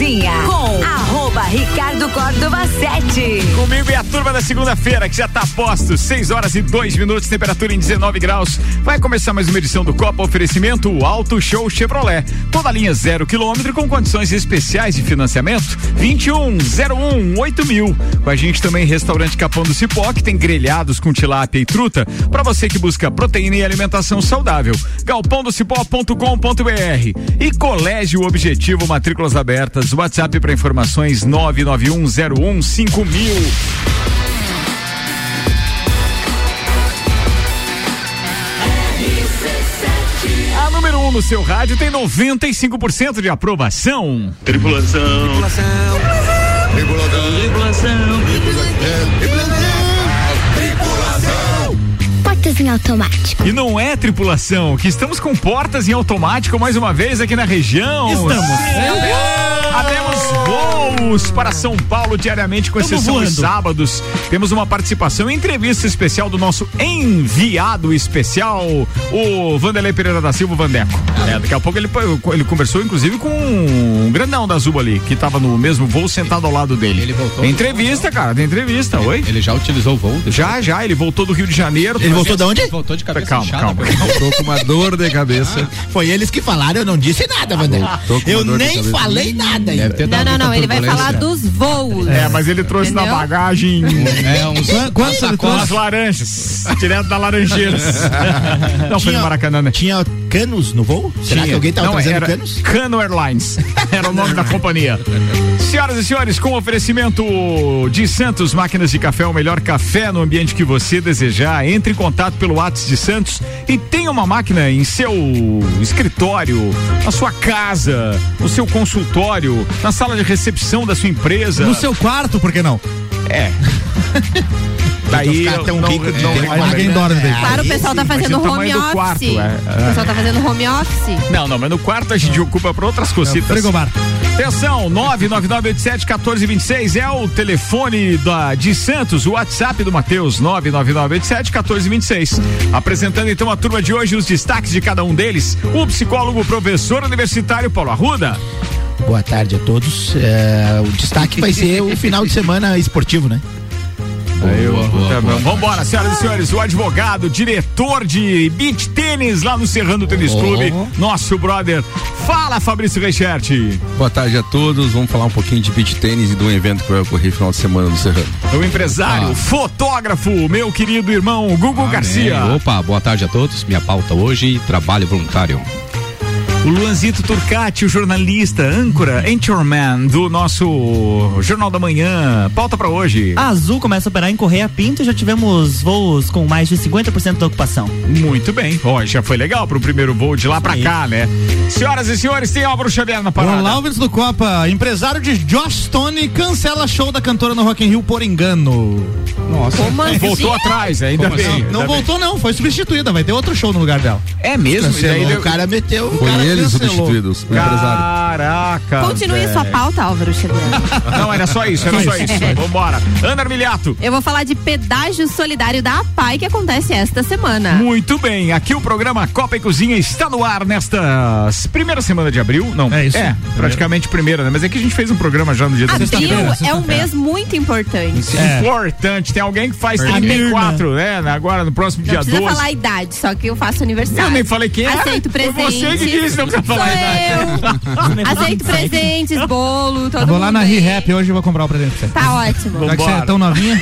Cozinha com @Ricardo Córdova 7. Comigo e a turma da segunda-feira, que já tá a posto, 6h02, temperatura em 19 graus. Vai começar mais uma edição do Copa Oferecimento, o Auto Show Chevrolet. Toda linha 0 km com condições especiais de financiamento, 21018000. Com a gente também Restaurante Capão do Cipó, que tem grelhados com tilápia e truta, para você que busca proteína e alimentação saudável. galpondocipó.com.br e Colégio Objetivo, matrículas abertas. WhatsApp para informações 991015000. A número 1 no seu rádio tem 95% de aprovação. Tripulação. Portas em automático. E não é tripulação, que estamos com portas em automático mais uma vez aqui na região. Estamos. Abrimos voos para São Paulo diariamente, com exceção dos sábados. Temos uma participação em entrevista especial do nosso enviado especial, o Vanderlei Pereira da Silva, Vandeco. Daqui a pouco ele conversou inclusive com um grandão da Azul ali, que estava no mesmo voo sentado ao lado dele. Ele voltou. Tem entrevista, cara, tem entrevista. Oi? Ele já utilizou o voo? Já, ele voltou do Rio de Janeiro. Ele voltou de onde? Ele voltou de cabeça Calma. Voltou com uma dor de cabeça. Foi eles que falaram, eu não disse nada, Vanderlei. Eu nem falei nada ainda. Não, ele vai falar dos voos. Mas ele trouxe na bagagem Quantos ele trouxe? as laranjas, direto da Laranjeiras. Não, foi no Maracanã, né? Tinha canos no voo? Será que alguém tava trazendo canos? Cano Airlines, era o nome da companhia. Senhoras e senhores, com oferecimento de Santos Máquinas de Café, o melhor café no ambiente que você desejar. Entre em contato pelo WhatsApp de Santos e tenha uma máquina em seu escritório, na sua casa, no seu consultório, na sala de recepção da sua empresa. No seu quarto, por que não? Daí ninguém dorme daí. Claro, o pessoal tá fazendo home office. Quarto, O pessoal tá fazendo home office. Não, mas no quarto a gente ocupa para outras cositas. Frigobar. Atenção, 99987-1426 é o telefone de Santos, o WhatsApp do Matheus, 99987-1426. Apresentando então a turma de hoje, os destaques de cada um deles, o psicólogo professor universitário Paulo Arruda. Boa tarde a todos. O destaque vai ser o final de semana esportivo, né? Vambora, senhoras e senhores, o advogado, diretor de beach tênis lá no Serrano Tênis Clube, nosso brother. Fala, Fabrício Reichert. Boa tarde a todos, vamos falar um pouquinho de beach tênis e do evento que vai ocorrer no final de semana no Serrano. O empresário, fotógrafo, meu querido irmão Gugu Garcia. Opa, boa tarde a todos, minha pauta hoje, trabalho voluntário. O Luanzito Turcati, o jornalista, âncora, anchorman do nosso Jornal da Manhã. Pauta pra hoje. A Azul começa a operar em Correia Pinto, já tivemos voos com mais de 50% da ocupação. Muito bem, já foi legal pro primeiro voo de lá pra cá, né? Senhoras e senhores, tem Álvaro Xavier na parada. Olá, ouvintes do Copa, empresário de Joss Stone cancela show da cantora no Rock in Rio por engano. Nossa, voltou atrás, ainda bem. Não voltou não, foi substituída, vai ter outro show no lugar dela. É mesmo? O cara meteu. Foi eles substituídos, o empresário. Caraca. Continue a sua pauta, Álvaro Xavier. Não, era só isso. Vambora. Ana Armiliato. Eu vou falar de pedágio solidário da APAI que acontece esta semana. Muito bem, aqui o programa Copa e Cozinha está no ar nesta primeira semana de abril. Não, praticamente primeira, né? Mas é que a gente fez um programa já no dia da Abril é um mês muito importante. Importante. Tem alguém que faz 34, né? Agora no próximo dia 12. Não precisa falar a idade, só que eu faço aniversário. Eu nem falei quem é. Aceito presentes. Foi você que disse, não precisa falar a idade. Aceito presentes, bolo, todo mundo. Vou lá na ReHap hoje e vou comprar o presente pra você. Tá ótimo. Já que você é tão novinha.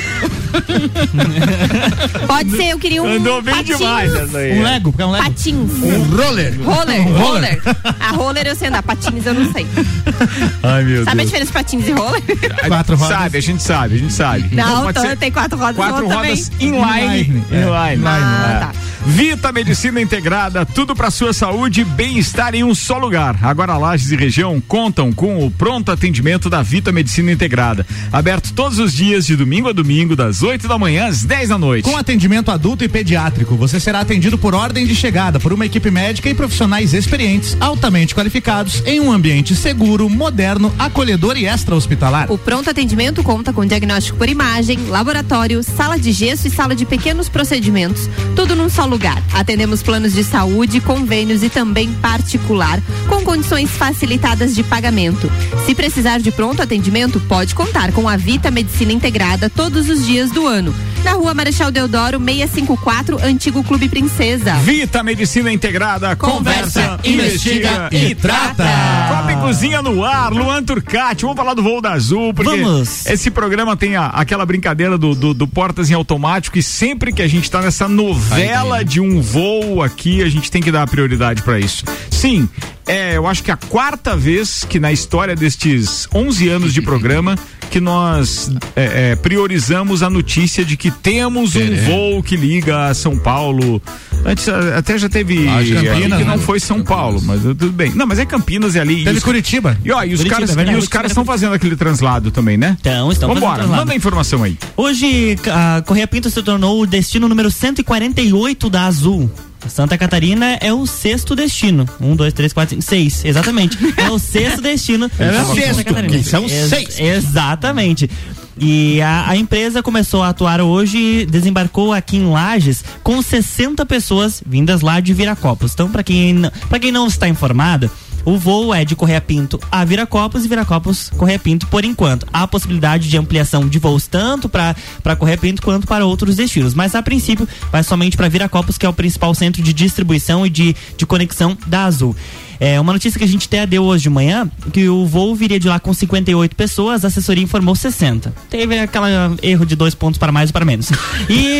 Pode ser, eu queria um Andou bem patins. Demais essa aí. Um Lego, porque é um Lego. Patins. Um roller. Roller. A roller eu sei andar, patins eu não sei. Ai, meu Deus. Sabe a diferença de patins e roller? 4 rodas. A gente sabe. Não, tem 4 rodas. 4 rodas inline. Tá. Vita Medicina Integrada, tudo para sua saúde e bem-estar em um só lugar. Agora Lages e região contam com o pronto atendimento da Vita Medicina Integrada. Aberto todos os dias de domingo a domingo, das 8 da manhã às 10 da noite. Com atendimento adulto e pediátrico, você será atendido por ordem de chegada por uma equipe médica e profissionais experientes, altamente qualificados, em um ambiente seguro, moderno, acolhedor e extra-hospitalar. O pronto atendimento conta com diagnóstico por imagem, laboratório, sala de gesso e sala de pequenos procedimentos, tudo num só lugar. Atendemos planos de saúde, convênios e também particular, com condições facilitadas de pagamento. Se precisar de pronto atendimento, pode contar com a Vita Medicina Integrada todos os dias do ano. Na Rua Marechal Deodoro, 654, Antigo Clube Princesa. Vita Medicina Integrada, conversa, investiga e trata. Copa e Cozinha no ar, Luan Turcati, vamos falar do voo da Azul, porque esse programa tem aquela brincadeira do portas em automático, e sempre que a gente tá nessa novela de um voo aqui, a gente tem que dar prioridade pra isso. Sim, eu acho que a quarta vez que na história destes 11 anos de programa que nós priorizamos a notícia de que temos um voo que liga a São Paulo. Antes até já teve Campinas, que não foi São Paulo, mas tudo bem. Não, mas é Campinas e ali. Teve Curitiba. E os caras estão fazendo aquele translado também, né? Estão Vambora, manda a informação aí. Hoje a Correia Pinto se tornou o destino número 148 da Azul. Santa Catarina é o sexto destino. 1, 2, 3, 4, 5, 6. Exatamente. É o sexto destino. São 6. Exatamente. E a empresa começou a atuar hoje, desembarcou aqui em Lages com 60 pessoas vindas lá de Viracopos. Então, para quem não está informado, o voo é de Correia Pinto a Viracopos e Viracopos Correia Pinto por enquanto. Há possibilidade de ampliação de voos tanto para Correia Pinto quanto para outros destinos, mas a princípio vai somente para Viracopos, que é o principal centro de distribuição e de conexão da Azul. Uma notícia que a gente até deu hoje de manhã, que o voo viria de lá com 58 pessoas, a assessoria informou 60. Teve aquele erro de 2 pontos para mais ou para menos. E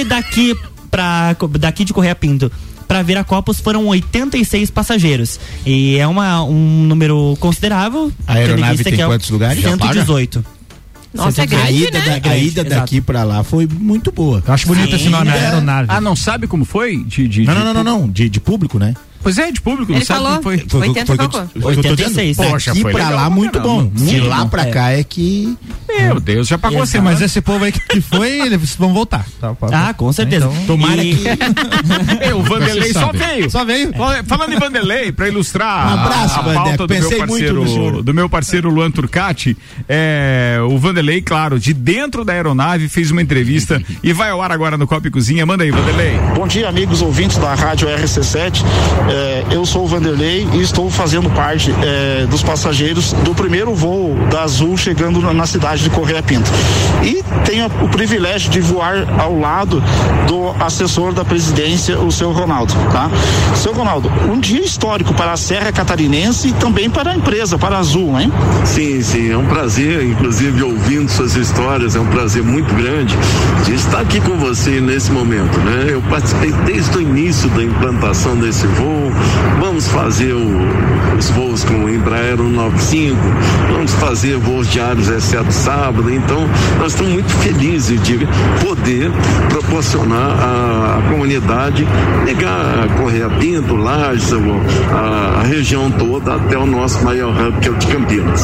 daqui de Correia Pinto para Viracopos foram 86 passageiros. E é um número considerável. A aeronave tem quantos lugares? 118. Nossa, é grande, a ida daqui pra lá foi muito boa. Eu acho bonito esse nome, aeronave. Ah, não sabe como foi? Não. De público, né? Pois é, de público, ele não sabe falou, como foi. 86. Poxa, daqui foi pra legal, lá muito bom. De lá pra cá é que... Meu Deus, já pagou assim. Mas esse povo aí que foi, eles vão voltar. Com certeza. Então, tomara que... O Vanderlei Só veio. Falando em Vanderlei, pra ilustrar um abraço, a pauta do meu parceiro Luan Turcati, o Vanderlei, claro, de dentro da aeronave, fez uma entrevista e vai ao ar agora no Copa e Cozinha. Manda aí, Vanderlei. Bom dia, amigos ouvintes da Rádio RC7. Eu sou o Vanderlei e estou fazendo parte dos passageiros do primeiro voo da Azul chegando na cidade de Correia Pinto. E tenho o privilégio de voar ao lado do assessor da presidência, o seu Ronaldo, tá? Seu Ronaldo, um dia histórico para a Serra Catarinense e também para a empresa, para a Azul, hein? Sim, é um prazer, inclusive ouvindo suas histórias, é um prazer muito grande de estar aqui com você nesse momento, né? Eu participei desde o início da implantação desse voo. Vamos fazer os voos com o Embraer 195, vamos fazer voos diários exceto sábado, então nós estamos muito felizes de poder proporcionar à comunidade ligar a Correia Pinto, Lages, a região toda até o nosso maior hub, que é o de Campinas.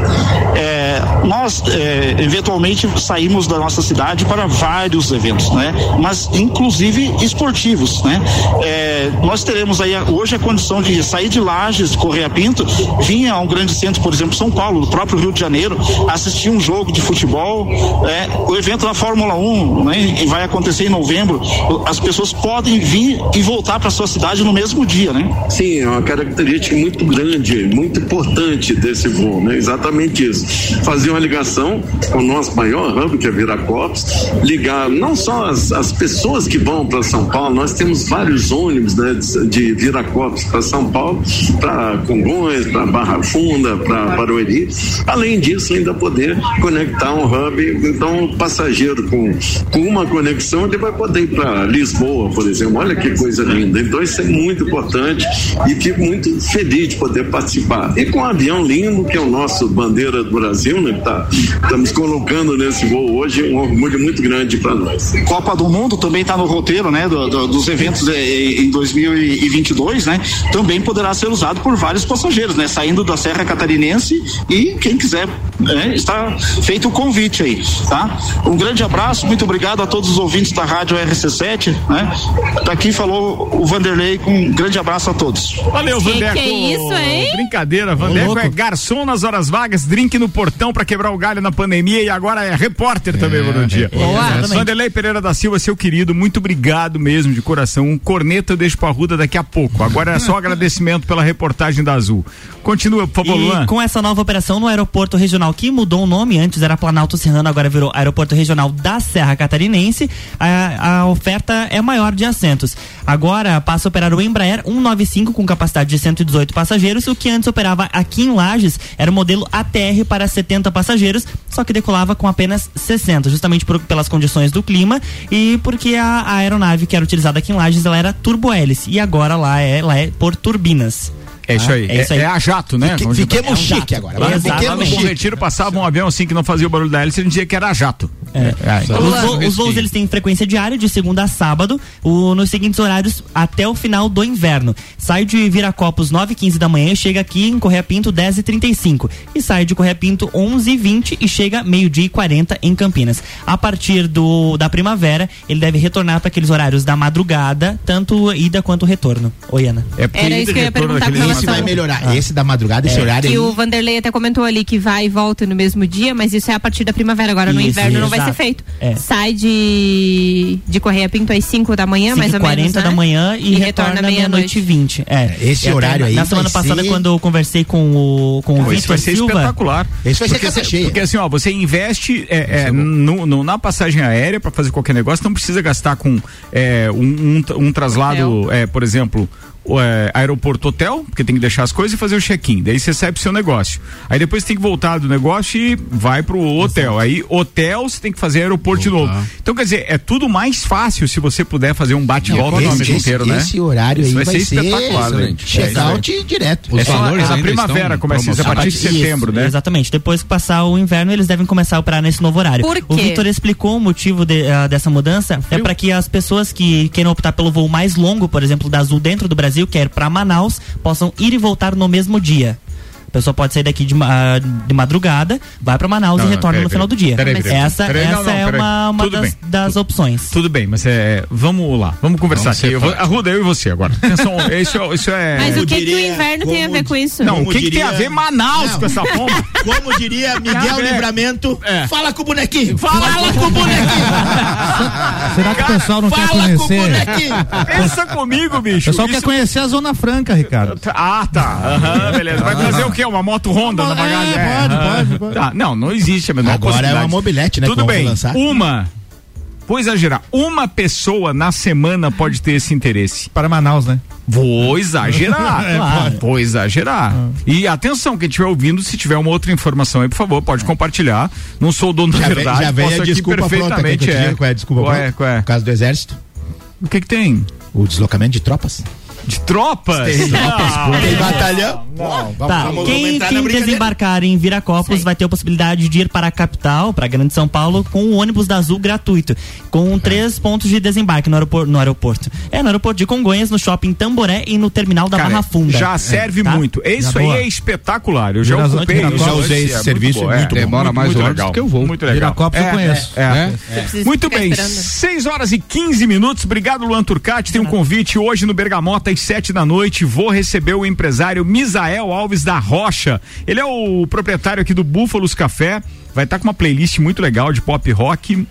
Nós eventualmente saímos da nossa cidade para vários eventos, né? Mas inclusive esportivos, né? Nós teremos aí hoje a condição de sair de Lages, Correia Pinto, vir a um grande centro, por exemplo, São Paulo, no próprio Rio de Janeiro, assistir um jogo de futebol, o evento da Fórmula 1, né? E vai acontecer em novembro. As pessoas podem vir e voltar para sua cidade no mesmo dia, né? Sim, é uma característica muito grande, muito importante desse voo, né? Exatamente isso. Fazer uma ligação com o nosso maior hub, que é Viracopos, ligar não só as pessoas que vão para São Paulo, nós temos vários ônibus, né, de Viracopos para São Paulo, para Congonhas, para Barra Funda, para Barueri. Além disso, ainda poder conectar um hub, então o passageiro com uma conexão, ele vai poder ir para Lisboa, por exemplo. Olha que coisa linda. Então isso é muito importante e fico muito feliz de poder participar. E com um avião lindo, que é o nosso bandeira do Brasil, né, estamos colocando nesse voo hoje, um orgulho muito grande para nós. Copa do Mundo também está no roteiro, né, dos eventos em 2022, né, também poderá ser usado por vários passageiros, né, saindo da Serra Catarinense, e quem quiser, está feito o convite aí, tá? Um grande abraço, muito obrigado a todos os ouvintes da Rádio RC7, né? Daqui falou o Vanderlei, com um grande abraço a todos. Valeu, Vandeco. Que é isso, hein? Brincadeira, Vandeco é garçom nas horas vagas, drink no portão pra quebrar o galho na pandemia e agora é repórter também, bom dia. Vanderlei Pereira da Silva, seu querido, muito obrigado mesmo, de coração. Um corneta eu deixo pro Arruda daqui a pouco. Agora é só agradecimento pela reportagem da Azul. Continua, por favor, Luan. Com essa nova operação no aeroporto regional, que mudou o nome, antes era Planalto Serrano, agora virou aeroporto regional da Serra Catarinense, a oferta é maior de assentos. Agora passa a operar o Embraer 195 com capacidade de 118 passageiros, o que antes operava aqui em Lages era o modelo ATR para 70 passageiros, só que decolava com apenas 60, justamente pelas condições do clima e porque a aeronave que era utilizada aqui em Lages, ela era turbo-hélice e agora ela é por turbinas. É isso aí. É a jato, né? Fiquemos chique agora. Lá no Bom Retiro passava um avião assim que não fazia o barulho da hélice, a gente dizia que era a jato. Os voos eles têm frequência diária de segunda a sábado, nos seguintes horários até o final do inverno. Sai de Viracopos 9h15 da manhã e chega aqui em Correia Pinto 10h35 e sai de Correia Pinto 11h20 e chega 12h40 em Campinas. A partir da primavera ele deve retornar para aqueles horários da madrugada, tanto ida quanto retorno. Oi, Ana. Era isso que eu ia perguntar. Esse vai melhorar. Esse da madrugada, esse horário aí. E o Vanderlei até comentou ali que vai e volta no mesmo dia, mas isso é a partir da primavera. Agora no inverno não vai ser feito. Sai de Correia Pinto às 5 da manhã, mais ou menos, 40 da manhã e retorna meia-noite 20. Esse horário aí. Na semana passada, quando eu conversei com o Vitor vai ser Silva, espetacular. Esse vai ser casa cheia. Porque assim, você investe na passagem aérea pra fazer qualquer negócio, não precisa gastar com um traslado, por exemplo, aeroporto hotel, porque tem que deixar as coisas e fazer o check-in, daí você sai pro seu negócio, aí depois você tem que voltar do negócio e vai pro hotel, aí hotel você tem que fazer aeroporto de novo, então quer dizer, é tudo mais fácil se você puder fazer um bate-volta no mês inteiro, né? Esse horário aí vai ser espetacular, gente. Check-out direto. Os valores a primavera começa a partir de setembro, né? Exatamente, depois que passar o inverno eles devem começar a operar nesse novo horário. Por quê? O Vitor explicou o motivo dessa mudança, é para que as pessoas que queiram optar pelo voo mais longo, por exemplo, da Azul dentro do Brasil, que é para Manaus, possam ir e voltar no mesmo dia. A pessoa pode sair daqui de madrugada, vai para Manaus e retorna no final do dia. Essa é uma das opções. Tudo bem, mas vamos lá, vamos conversar aqui. Arruda, eu e você agora. Atenção, isso é. Mas o que o inverno tem a ver com isso? Não, o que tem a ver Manaus com essa pomba? Como diria Miguel Livramento, fala com o bonequinho. Fala com o bonequinho. Será que o pessoal não quer conhecer? Pensa comigo, bicho. O pessoal quer conhecer a Zona Franca, Ricardo. Ah, tá. Beleza. Vai trazer o quê? Uma moto Honda na bagagem? Pode. Tá, não existe a menor possibilidade. Agora é uma mobilete, né? Tudo bem, vou exagerar, uma pessoa na semana pode ter esse interesse. Para Manaus, né? Vou exagerar, vou exagerar. E atenção, quem estiver ouvindo, se tiver uma outra informação aí, por favor, pode compartilhar. Não sou o dono da verdade. Já vem a desculpa perfeitamente. Qual é a desculpa pronta? Qual é? No caso do Exército. O que tem? O deslocamento de tropas. De tropas? Tem batalhão. Quem desembarcar em Viracopos vai ter a possibilidade de ir para a capital, para a Grande São Paulo, com o ônibus da Azul gratuito, com 3 pontos de desembarque no aeroporto. No aeroporto de Congonhas, no shopping Tamboré e no terminal da Barra Funda. Já serve muito. Isso aí é espetacular. Eu já ocupei, já usei esse serviço. Demora mais horas do que eu vou. Muito legal. Viracopos eu conheço. Muito bem. 6h15. Obrigado, Luan Turcati. Tem um convite hoje no Bergamota às 7h. Vou receber o empresário Misael Alves da Rocha. Ele é o proprietário aqui do Búfalos Café. Vai estar com uma playlist muito legal de pop rock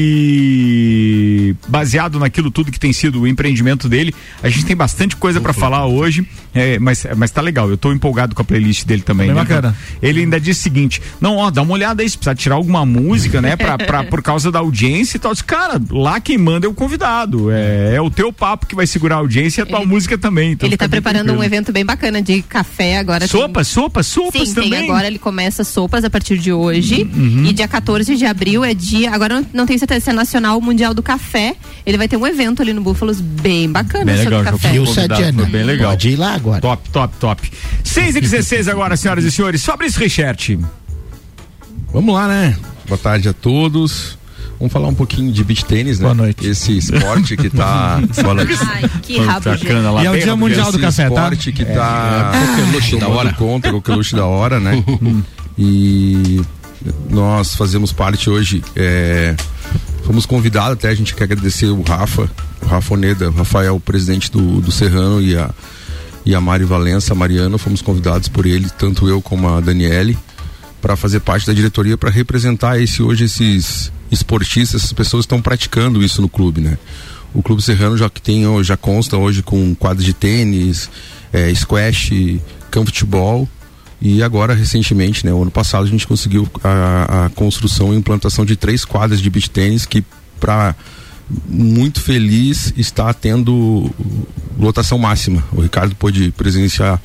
e baseado naquilo tudo que tem sido o empreendimento dele. A gente tem bastante coisa para falar hoje, mas tá legal. Eu tô empolgado com a playlist dele também. Né? Bacana. Ele ainda disse o seguinte: dá uma olhada aí, se precisar tirar alguma música, né, por causa da audiência e tal. Cara, lá quem manda é o convidado. É o teu papo que vai segurar a audiência e a tua música também. Então ele tá preparando um evento bem bacana de café agora. Sopas também. Tem agora, ele começa sopas a partir de hoje. E dia 14 de abril é dia, agora não tenho certeza se é Nacional Mundial do Café. Ele vai ter um evento ali no Búfalos bem bacana, bem legal, sobre café. E o Sadiana, bem legal. Pode ir lá agora. Top. 6h16 agora, senhoras e senhores. Fabrício Richert. Vamos lá, né? Boa tarde a todos. Vamos falar um pouquinho de beach tênis, né? Boa noite. Esse esporte que tá... Boa noite. Ai, que rabo, E é o Dia Mundial do Café, tá? Esse esporte que tá... Qualquer luxo da hora. Qualquer luxo da hora, né? E nós fazemos parte hoje, fomos convidados até, a gente quer agradecer o Rafa Oneda, o Rafael, o presidente do Serrano, e a Mari Valença, a Mariana, fomos convidados por ele, tanto eu como a Daniele, para fazer parte da diretoria, para representar hoje esses esportistas, essas pessoas que estão praticando isso no clube, né? O Clube Serrano já consta hoje com quadras de tênis, squash, campo de futebol, e agora recentemente, né, o ano passado a gente conseguiu a construção e implantação de 3 quadras de beach tênis que, para muito feliz, está tendo lotação máxima. O Ricardo pôde presenciar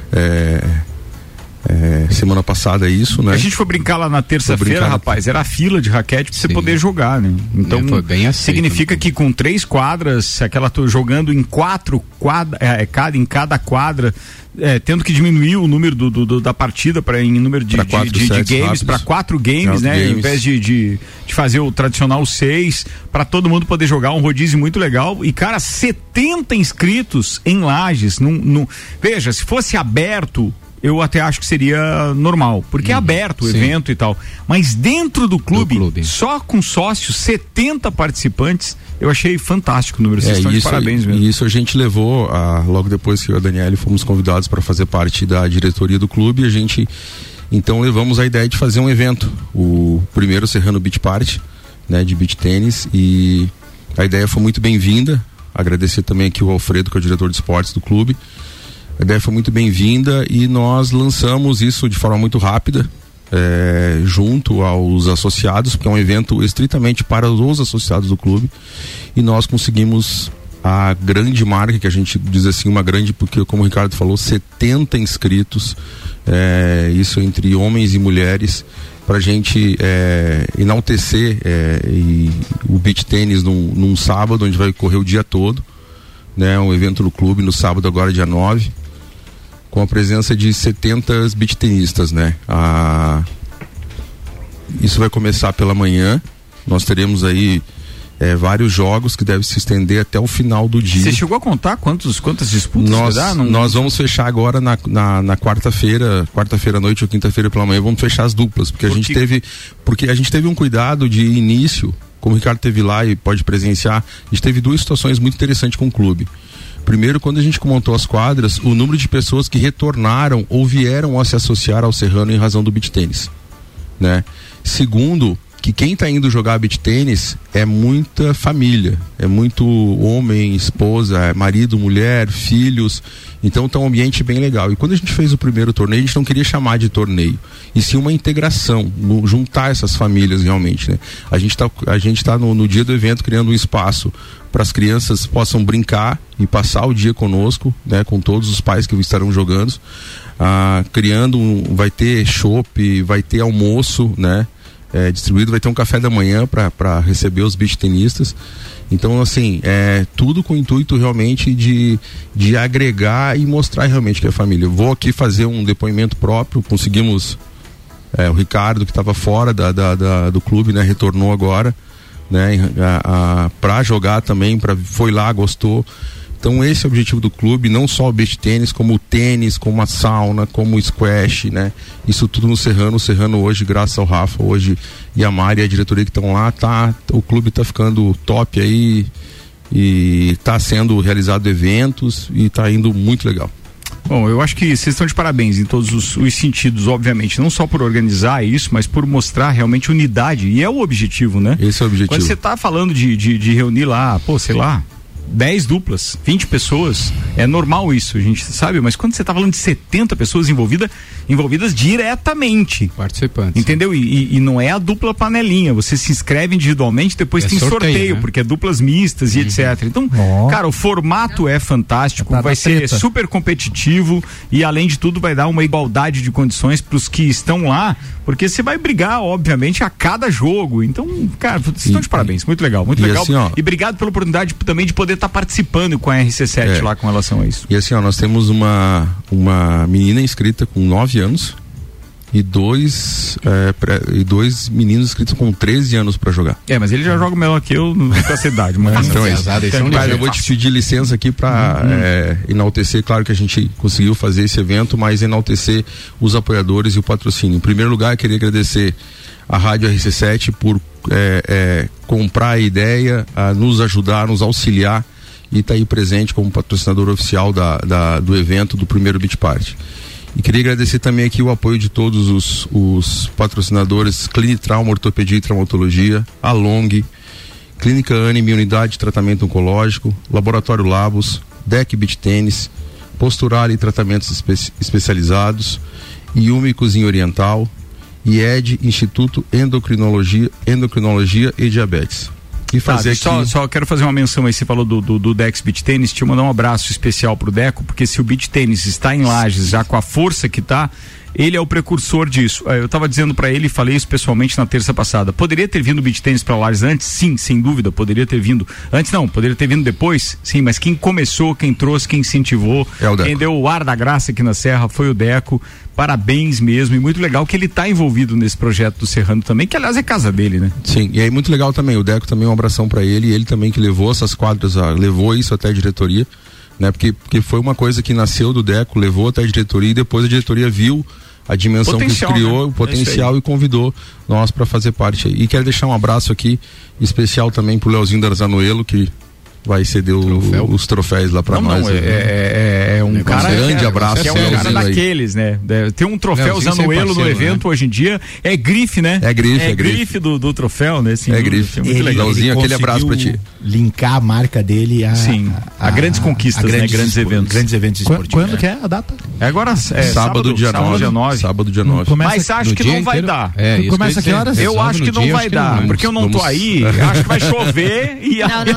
semana passada isso, né? A gente foi brincar lá na terça-feira, rapaz, era a fila de raquete pra você poder jogar, né? Então, foi bem aceito, significa que com 3 quadras, jogando em 4 quadras, em cada quadra, tendo que diminuir o número da partida em número de games para 4 games, né? Ao invés de fazer o tradicional 6, para todo mundo poder jogar, um rodízio muito legal. E, cara, 70 inscritos em Lages. Veja, se fosse aberto, eu até acho que seria normal, porque é aberto o evento e tal. Mas dentro do clube, só com sócios, 70 participantes, eu achei fantástico o número. Vocês estão de parabéns mesmo. E isso a gente levou, logo depois que eu e a Daniele fomos convidados para fazer parte da diretoria do clube, a gente então levamos a ideia de fazer um evento, o primeiro Serrano Beach Party, né, de beach tênis, e a ideia foi muito bem-vinda. Agradecer também aqui o Alfredo, que é o diretor de esportes do clube. A ideia foi muito bem-vinda e nós lançamos isso de forma muito rápida, junto aos associados, porque é um evento estritamente para os associados do clube, e nós conseguimos a grande marca, que a gente diz assim, uma grande, porque como o Ricardo falou, 70 inscritos, isso entre homens e mulheres, pra gente enaltecer o beach tênis num sábado, onde vai correr o dia todo, né? Um evento no clube no sábado, agora dia 9, com a presença de 70 beach tenistas, né? Isso vai começar pela manhã. Nós teremos aí vários jogos que devem se estender até o final do dia. Você chegou a contar quantas disputas nós vamos fechar agora na quarta-feira à noite ou quinta-feira pela manhã, vamos fechar as duplas, porque a gente teve um cuidado de início, como o Ricardo teve lá e pode presenciar. A gente teve 2 situações muito interessantes com o clube. Primeiro, quando a gente montou as quadras, o número de pessoas que retornaram ou vieram a se associar ao Serrano em razão do beach tênis, né? Segundo, que quem está indo jogar beach tênis é muita família, é muito homem, esposa, marido, mulher, filhos, então tá um ambiente bem legal. E quando a gente fez o primeiro torneio, a gente não queria chamar de torneio, e sim uma integração, juntar essas famílias realmente, né? A gente tá no dia do evento criando um espaço para as crianças possam brincar e passar o dia conosco, né, com todos os pais que estarão jogando, vai ter chopp, vai ter almoço, né, distribuído, vai ter um café da manhã para receber os beach tenistas. Então, assim, tudo com o intuito realmente de agregar e mostrar realmente que é família. Eu vou aqui fazer um depoimento próprio. Conseguimos, o Ricardo, que estava fora do clube, né, retornou agora, né, para jogar também, foi lá, gostou. Então esse é o objetivo do clube, não só o beach tênis, como o tênis, como a sauna, como o squash, né? Isso tudo no Serrano. O Serrano hoje, graças ao Rafa hoje e a Mari e a diretoria que estão lá, o clube tá ficando top aí, e tá sendo realizado eventos e tá indo muito legal. Bom, eu acho que vocês estão de parabéns em todos os sentidos, obviamente, não só por organizar isso, mas por mostrar realmente unidade, e é o objetivo, né? Esse é o objetivo. Quando você tá falando de reunir lá, 10 duplas, 20 pessoas, é normal isso, a gente sabe, mas quando você tá falando de 70 pessoas envolvidas diretamente, participantes, entendeu? E não é a dupla panelinha, você se inscreve individualmente, depois tem sorteio, né? Porque é duplas mistas e etc. Então, cara, o formato é fantástico, vai ser super competitivo, e além de tudo vai dar uma igualdade de condições pros que estão lá, porque você vai brigar, obviamente, a cada jogo. Então, cara, vocês estão de parabéns, muito legal, muito legal. Assim, e obrigado pela oportunidade também de poder estar participando com a RC7 lá com relação a isso. E assim, nós temos uma menina inscrita com 9 anos, e dois meninos inscritos com 13 anos para jogar. Mas ele já joga melhor que eu com essa idade. Mas então eu vou te pedir licença aqui para enaltecer, claro que a gente conseguiu fazer esse evento, mas enaltecer os apoiadores e o patrocínio. Em primeiro lugar, eu queria agradecer a Rádio RC7 por comprar a ideia, a nos ajudar, nos auxiliar e estar aí presente como patrocinador oficial do evento do primeiro Beach Party. E queria agradecer também aqui o apoio de todos os patrocinadores: Clínica Trauma, Ortopedia e Traumatologia, a Long, Clínica Anime, Unidade de Tratamento Oncológico, Laboratório Labos, Deck Beach Tênis, Postural e Tratamentos Especializados, Yumi Cozinha Oriental, IED, Instituto Endocrinologia e Diabetes. E fazer aqui... Só quero fazer uma menção aí, você falou do Dex Beach Tênis, te mandar um abraço especial pro Deco, porque se o Beach Tênis está em Lages já com a força que tá, ele é o precursor disso. Eu estava dizendo para ele, falei isso pessoalmente na terça passada, poderia ter vindo o Beach Tênis para Lages antes? Sim, sem dúvida, poderia ter vindo antes, não, poderia ter vindo depois? Sim, mas quem começou, quem trouxe, quem incentivou, quem deu o ar da graça aqui na Serra foi o Deco. Parabéns mesmo, e muito legal que ele está envolvido nesse projeto do Serrano também, que aliás é casa dele, né? Sim, e aí muito legal também, o Deco também, um abração para ele, e ele também que levou essas quadras, levou isso até a diretoria, né? Porque foi uma coisa que nasceu do Deco, levou até a diretoria, e depois a diretoria viu a dimensão que isso criou, né? O potencial, e convidou nós para fazer parte aí. E quero deixar um abraço aqui especial também pro Leozinho Darzanoelo, que vai ceder os troféus lá pra nós. É um cara, grande abraço. É um cara daqueles, né? Tem um troféu Zanoelo no evento, né? Hoje em dia é grife, né? É grife do troféu, né? Sim, é grife. Muito legalzinho, aquele abraço pra ti. Linkar a marca dele a grandes conquistas, né? Grandes eventos. Grandes eventos esportivos. Quando que é a data? É agora, sábado, dia 9. Sábado, dia 9. Mas acho que não vai dar. Começa que horas? Eu acho que não vai dar, porque eu não tô aí, acho que vai chover e...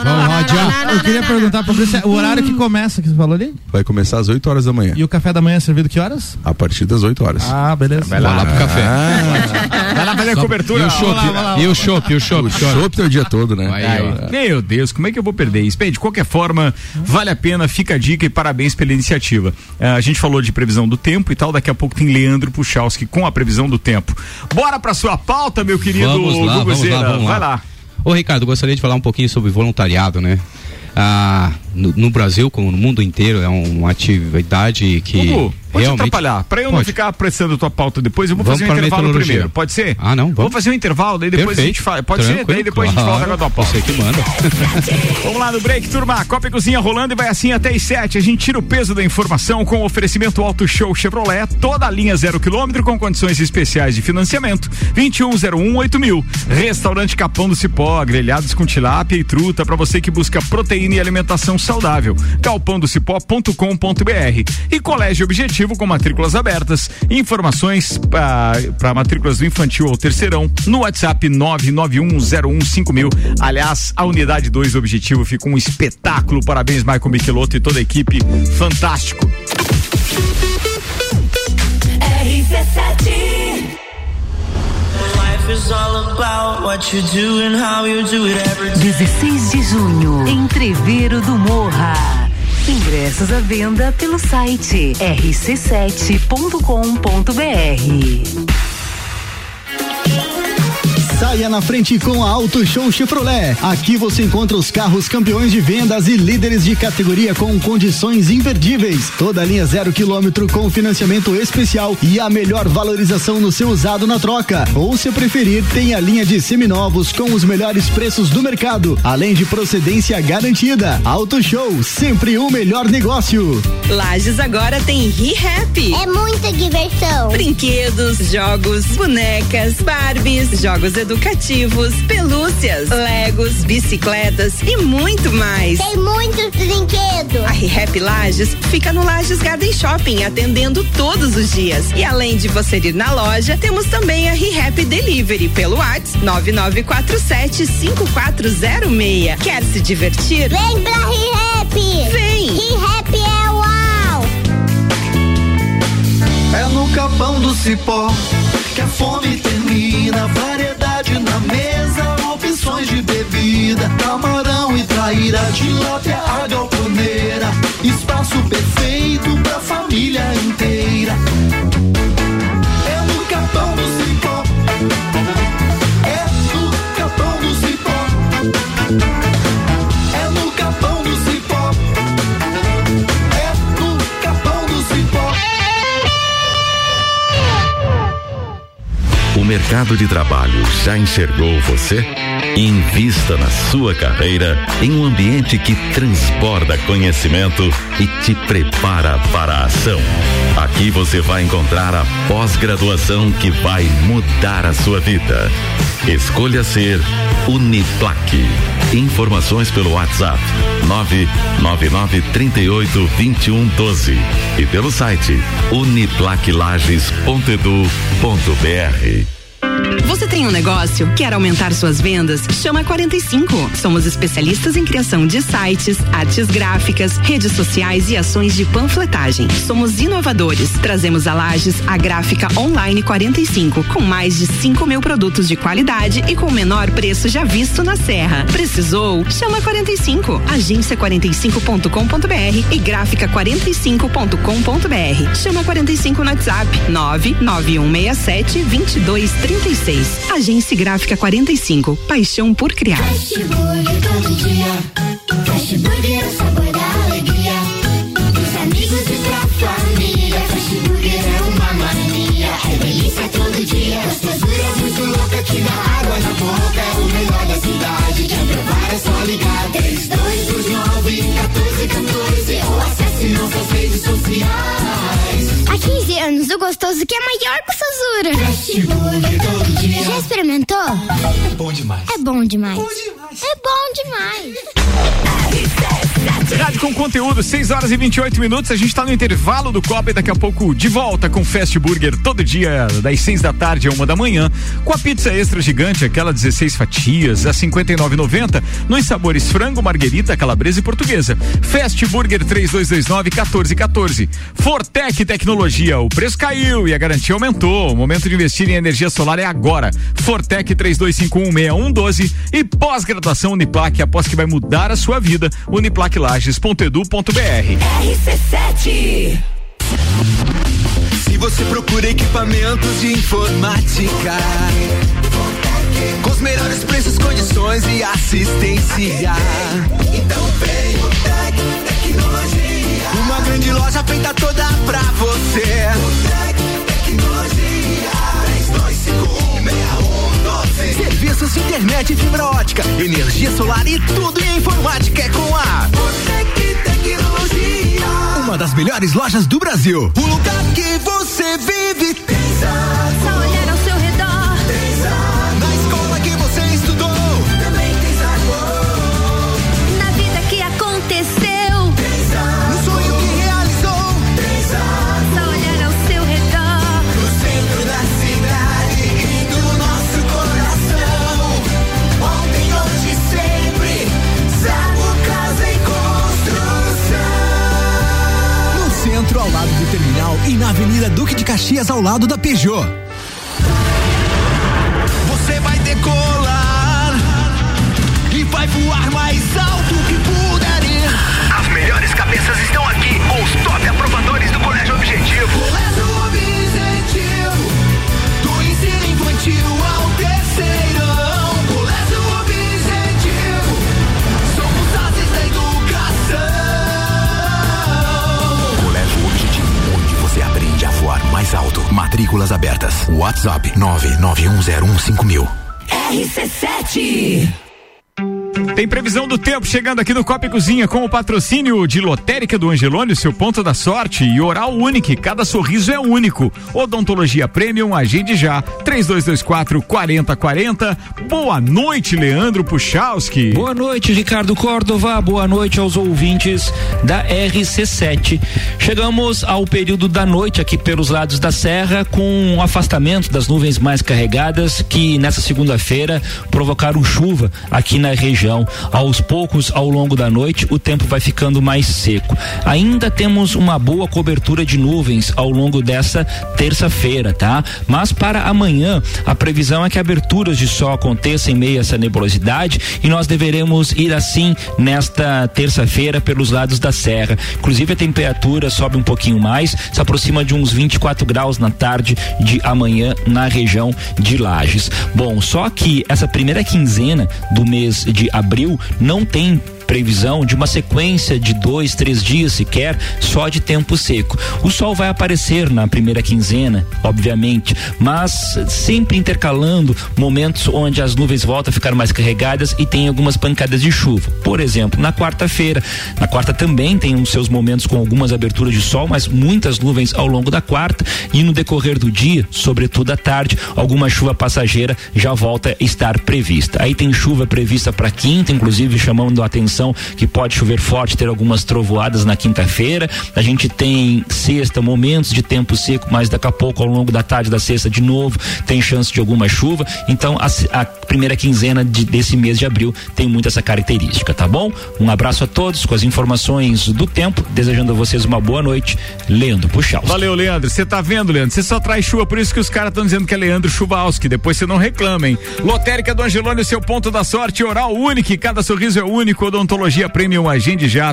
Eu queria perguntar pra você o horário que começa, que você falou ali? Vai começar às 8 horas da manhã. E o café da manhã é servido que horas? A partir das 8 horas. Ah, beleza. Vai lá pro café. Vai lá fazer a cobertura. E o chopp? O chopp tem o dia todo, né? Meu Deus, como é que eu vou perder isso? Bem, de qualquer forma, vale a pena, fica a dica e parabéns pela iniciativa. A gente falou de previsão do tempo e tal, daqui a pouco tem Leandro Puchalski com a previsão do tempo. Bora pra sua pauta, meu querido Guguzeira. Vai lá. Ô Ricardo, gostaria de falar um pouquinho sobre voluntariado, né? No Brasil, como no mundo inteiro, é uma atividade que pode realmente... atrapalhar. Pra eu não ficar apressando a tua pauta depois, eu vou fazer um intervalo primeiro. Pode ser? Não. Vou fazer um intervalo, daí depois a gente fala. Pode ser? Daí depois a gente volta com a tua pauta. Você que manda. Vamos lá no break, turma. Copa e Cozinha rolando e vai assim até as 7. A gente tira o peso da informação com o oferecimento Auto Show Chevrolet, toda a linha 0 km com condições especiais de financiamento. 21018000. Restaurante Capão do Cipó, grelhados com tilápia e truta pra você que busca proteína e alimentação saudável. galpandocipó.com.br. E Colégio Objetivo com matrículas abertas. Informações para matrículas do infantil ao terceirão no WhatsApp 991015000. Aliás, a unidade 2 do Objetivo fica um espetáculo. Parabéns, Michael Michelotto e toda a equipe. Fantástico. RC7 16 de junho, Entreveiro do Morra. Ingressos à venda pelo site rc7.com.br. Saia na frente com a Auto Show Chevrolet. Aqui você encontra os carros campeões de vendas e líderes de categoria com condições imperdíveis. Toda a linha 0 km com financiamento especial e a melhor valorização no seu usado na troca. Ou se preferir, tem a linha de seminovos com os melhores preços do mercado, além de procedência garantida. Auto Show, sempre o melhor negócio. Lages agora tem ReHap. É muita diversão. Brinquedos, jogos, bonecas, Barbies, jogos educativos, pelúcias, Legos, bicicletas e muito mais. Tem muitos brinquedos. A ReHap Lages fica no Lages Garden Shopping, atendendo todos os dias. E além de você ir na loja, temos também a ReHap Delivery pelo WhatsApp 99475406. Quer se divertir? Vem pra ReHap! Vem! ReHap é uau! É no Capão do Cipó que a fome termina, variedade na mesa, opções de bebida, camarão e traíra, tilápia, a galponeira, espaço perfeito pra família inteira. É no Capão O mercado de trabalho já enxergou você? Invista na sua carreira em um ambiente que transborda conhecimento e te prepara para a ação. Aqui você vai encontrar a pós-graduação que vai mudar a sua vida. Escolha ser Uniplac. Informações pelo WhatsApp 999382112 e pelo site uniplaclages.edu.br. Você tem um negócio? Quer aumentar suas vendas? Chama a 45. Somos especialistas em criação de sites, artes gráficas, redes sociais e ações de panfletagem. Somos inovadores. Trazemos a Lages a gráfica online 45, com mais de 5.000 produtos de qualidade e com o menor preço já visto na Serra. Precisou? Chama a 45. Agência45.com.br e gráfica45.com.br. Chama a 45 no WhatsApp 99167-2236. Agência Gráfica 45. Paixão por criar. Fast Burger todo dia. Fast Burger é o sabor da alegria. Dos amigos e pra família. Fast Burger é uma mania. É delícia todo dia. Gostosura muito louca que dá água na boca. É o melhor da cidade. Quer provar é só ligar. 3229-1414 ou acesse nossas redes sociais. Há 15 anos, o gostoso que é maior que o Sazura. Fast Burger todo dia. Já experimentou? É bom demais. É bom demais. É bom demais. Rádio com conteúdo, 6h28. A gente tá no intervalo do Copa e daqui a pouco de volta com Fast Burger todo dia, das 6 da tarde a 1 da manhã, com a pizza extra gigante, aquela 16 fatias, a R$59,90, nos sabores frango, marguerita, calabresa e portuguesa. Fast Burger 3229-1414. Fortec Tecnologia, o preço caiu e a garantia aumentou. O momento de investir em energia solar é agora. Fortec 32516112 e pós-graduação Uniplac, após que vai mudar a sua vida. Uniplaclages.edu.br. RC7. Se você procura equipamentos de informática com os melhores preços, condições e assistência, então vem o Tec Tecnologia. Uma grande loja feita toda pra você. O Tec Tecnologia 32516112. Serviços de internet e fibra ótica, energia solar e tudo em informática é com a Fortec Tecnologia. Uma das melhores lojas do Brasil. O lugar que você vive tem Só olhar ao seu redor. Na escola que você estudou também tem sabor. Na vida que aconteceu. No sonho que realizou. Só olhar ao seu redor. No centro da cidade e do nosso coração. Ontem, hoje, sempre. Zago Casa em Construção. No centro, ao lado do terminal e na Avenida Duque de Caxias, ao lado da Peugeot. Você vai decolar e vai voar mais alto que puder ir. As melhores cabeças estão aqui com os top aprovadores do Colégio Objetivo. Colégio Objetivo, do ensino infantil ao terceirão. Colégio Objetivo, somos ases da educação. Colégio Objetivo, onde você aprende a voar mais alto. Matrículas abertas. WhatsApp 991015000. RC7. Tem previsão do tempo chegando aqui no Copa e Cozinha com o patrocínio de Lotérica do Angelônio, seu ponto da sorte, e Oral Unique, cada sorriso é único. Odontologia Premium, agende já, 3224-4040. Boa noite, Leandro Puchalski. Boa noite, Ricardo Córdova, boa noite aos ouvintes da RC7. Chegamos ao período da noite aqui pelos lados da serra, com o afastamento das nuvens mais carregadas que nessa segunda-feira provocaram chuva aqui na região. Aos poucos, ao longo da noite, o tempo vai ficando mais seco. Ainda temos uma boa cobertura de nuvens ao longo dessa terça-feira, tá? Mas para amanhã, a previsão é que aberturas de sol aconteçam em meio a essa nebulosidade e nós deveremos ir assim nesta terça-feira pelos lados da serra. Inclusive a temperatura sobe um pouquinho mais, se aproxima de uns 24 graus na tarde de amanhã na região de Lages. Bom, só que essa primeira quinzena do mês de abril não tem previsão de uma sequência de 2, 3 dias sequer só de tempo seco. O sol vai aparecer na primeira quinzena, obviamente, mas sempre intercalando momentos onde as nuvens voltam a ficar mais carregadas e tem algumas pancadas de chuva. Por exemplo, na quarta-feira. Na quarta também tem os seus momentos com algumas aberturas de sol, mas muitas nuvens ao longo da quarta, e no decorrer do dia, sobretudo à tarde, alguma chuva passageira já volta a estar prevista. Aí tem chuva prevista para quinta, inclusive chamando a atenção que pode chover forte, ter algumas trovoadas na quinta-feira. A gente tem sexta, momentos de tempo seco, mas daqui a pouco, ao longo da tarde da sexta, de novo, tem chance de alguma chuva. Então, a primeira quinzena desse mês de abril tem muito essa característica, tá bom? Um abraço a todos com as informações do tempo, desejando a vocês uma boa noite. Leandro Puchalski. Valeu, Leandro. Você tá vendo, Leandro? Você só traz chuva, por isso que os caras estão dizendo que é Leandro Chubalski. Depois você não reclama, hein? Lotérica do Angelônio, seu ponto da sorte. Oral Único, cada sorriso é único. Odontologia Premium, agende já,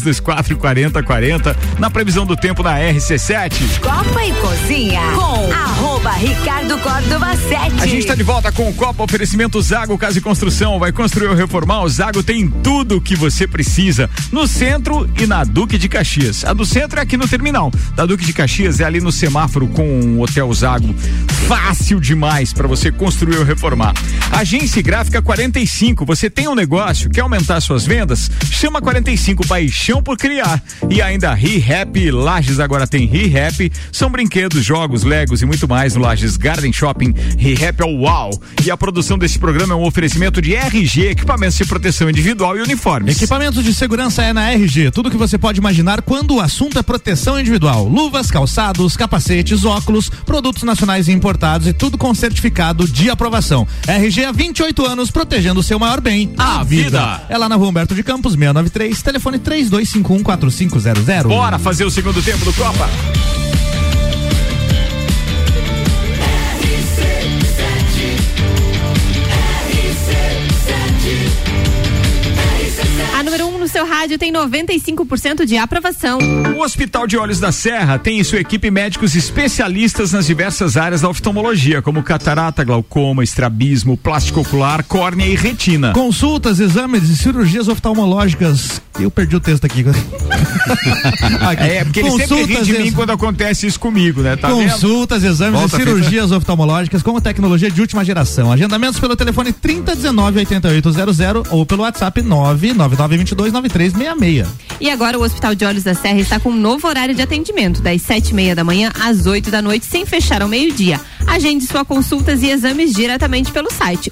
3224-4040. Na previsão do tempo da RC7. Copa e Cozinha com @Ricardo Córdova 7. A gente tá de volta com o Copa, oferecimento Zago Casa e Construção. Vai construir ou reformar? O Zago tem tudo o que você precisa no centro e na Duque de Caxias. A do centro é aqui no terminal. Da Duque de Caxias é ali no semáforo com o Hotel Zago. Fácil demais para você construir ou reformar. Agência Gráfica 45. Você tem um negócio, quer aumentar suas vendas? Chama 45, paixão por criar. E ainda ReHap Lages, agora tem ReHap. São brinquedos, jogos, legos e muito mais no Lages Garden Shopping. ReHap é o uau. E a produção desse programa é um oferecimento de RG, equipamentos de proteção individual e uniformes. Equipamentos de segurança é na RG. Tudo que você pode imaginar quando o assunto é proteção individual. Luvas, calçados, capacetes, óculos, produtos nacionais e importados e tudo com certificado de aprovação. RG há 28 anos, protegendo o seu maior bem, a vida. É lá na Rua Humberto de Campos, 693, telefone 3251-4500. Bora fazer o segundo tempo do Copa. A número 1 no seu rádio tem 95% de aprovação. O Hospital de Olhos da Serra tem em sua equipe médicos especialistas nas diversas áreas da oftalmologia, como catarata, glaucoma, estrabismo, plástico ocular, córnea e retina. Consultas, exames e cirurgias oftalmológicas. Eu perdi o texto aqui. É, porque ele sempre ri de mim quando acontece isso comigo, né? Tá Consultas, vendo? exames e cirurgias oftalmológicas com tecnologia de última geração. Agendamentos pelo telefone 3019-8800 ou pelo WhatsApp 999229366. E agora o Hospital de Olhos da Serra está com um novo horário de atendimento, das 7:30 da manhã às 8 da noite, sem fechar ao meio-dia. Agende sua consultas e exames diretamente pelo site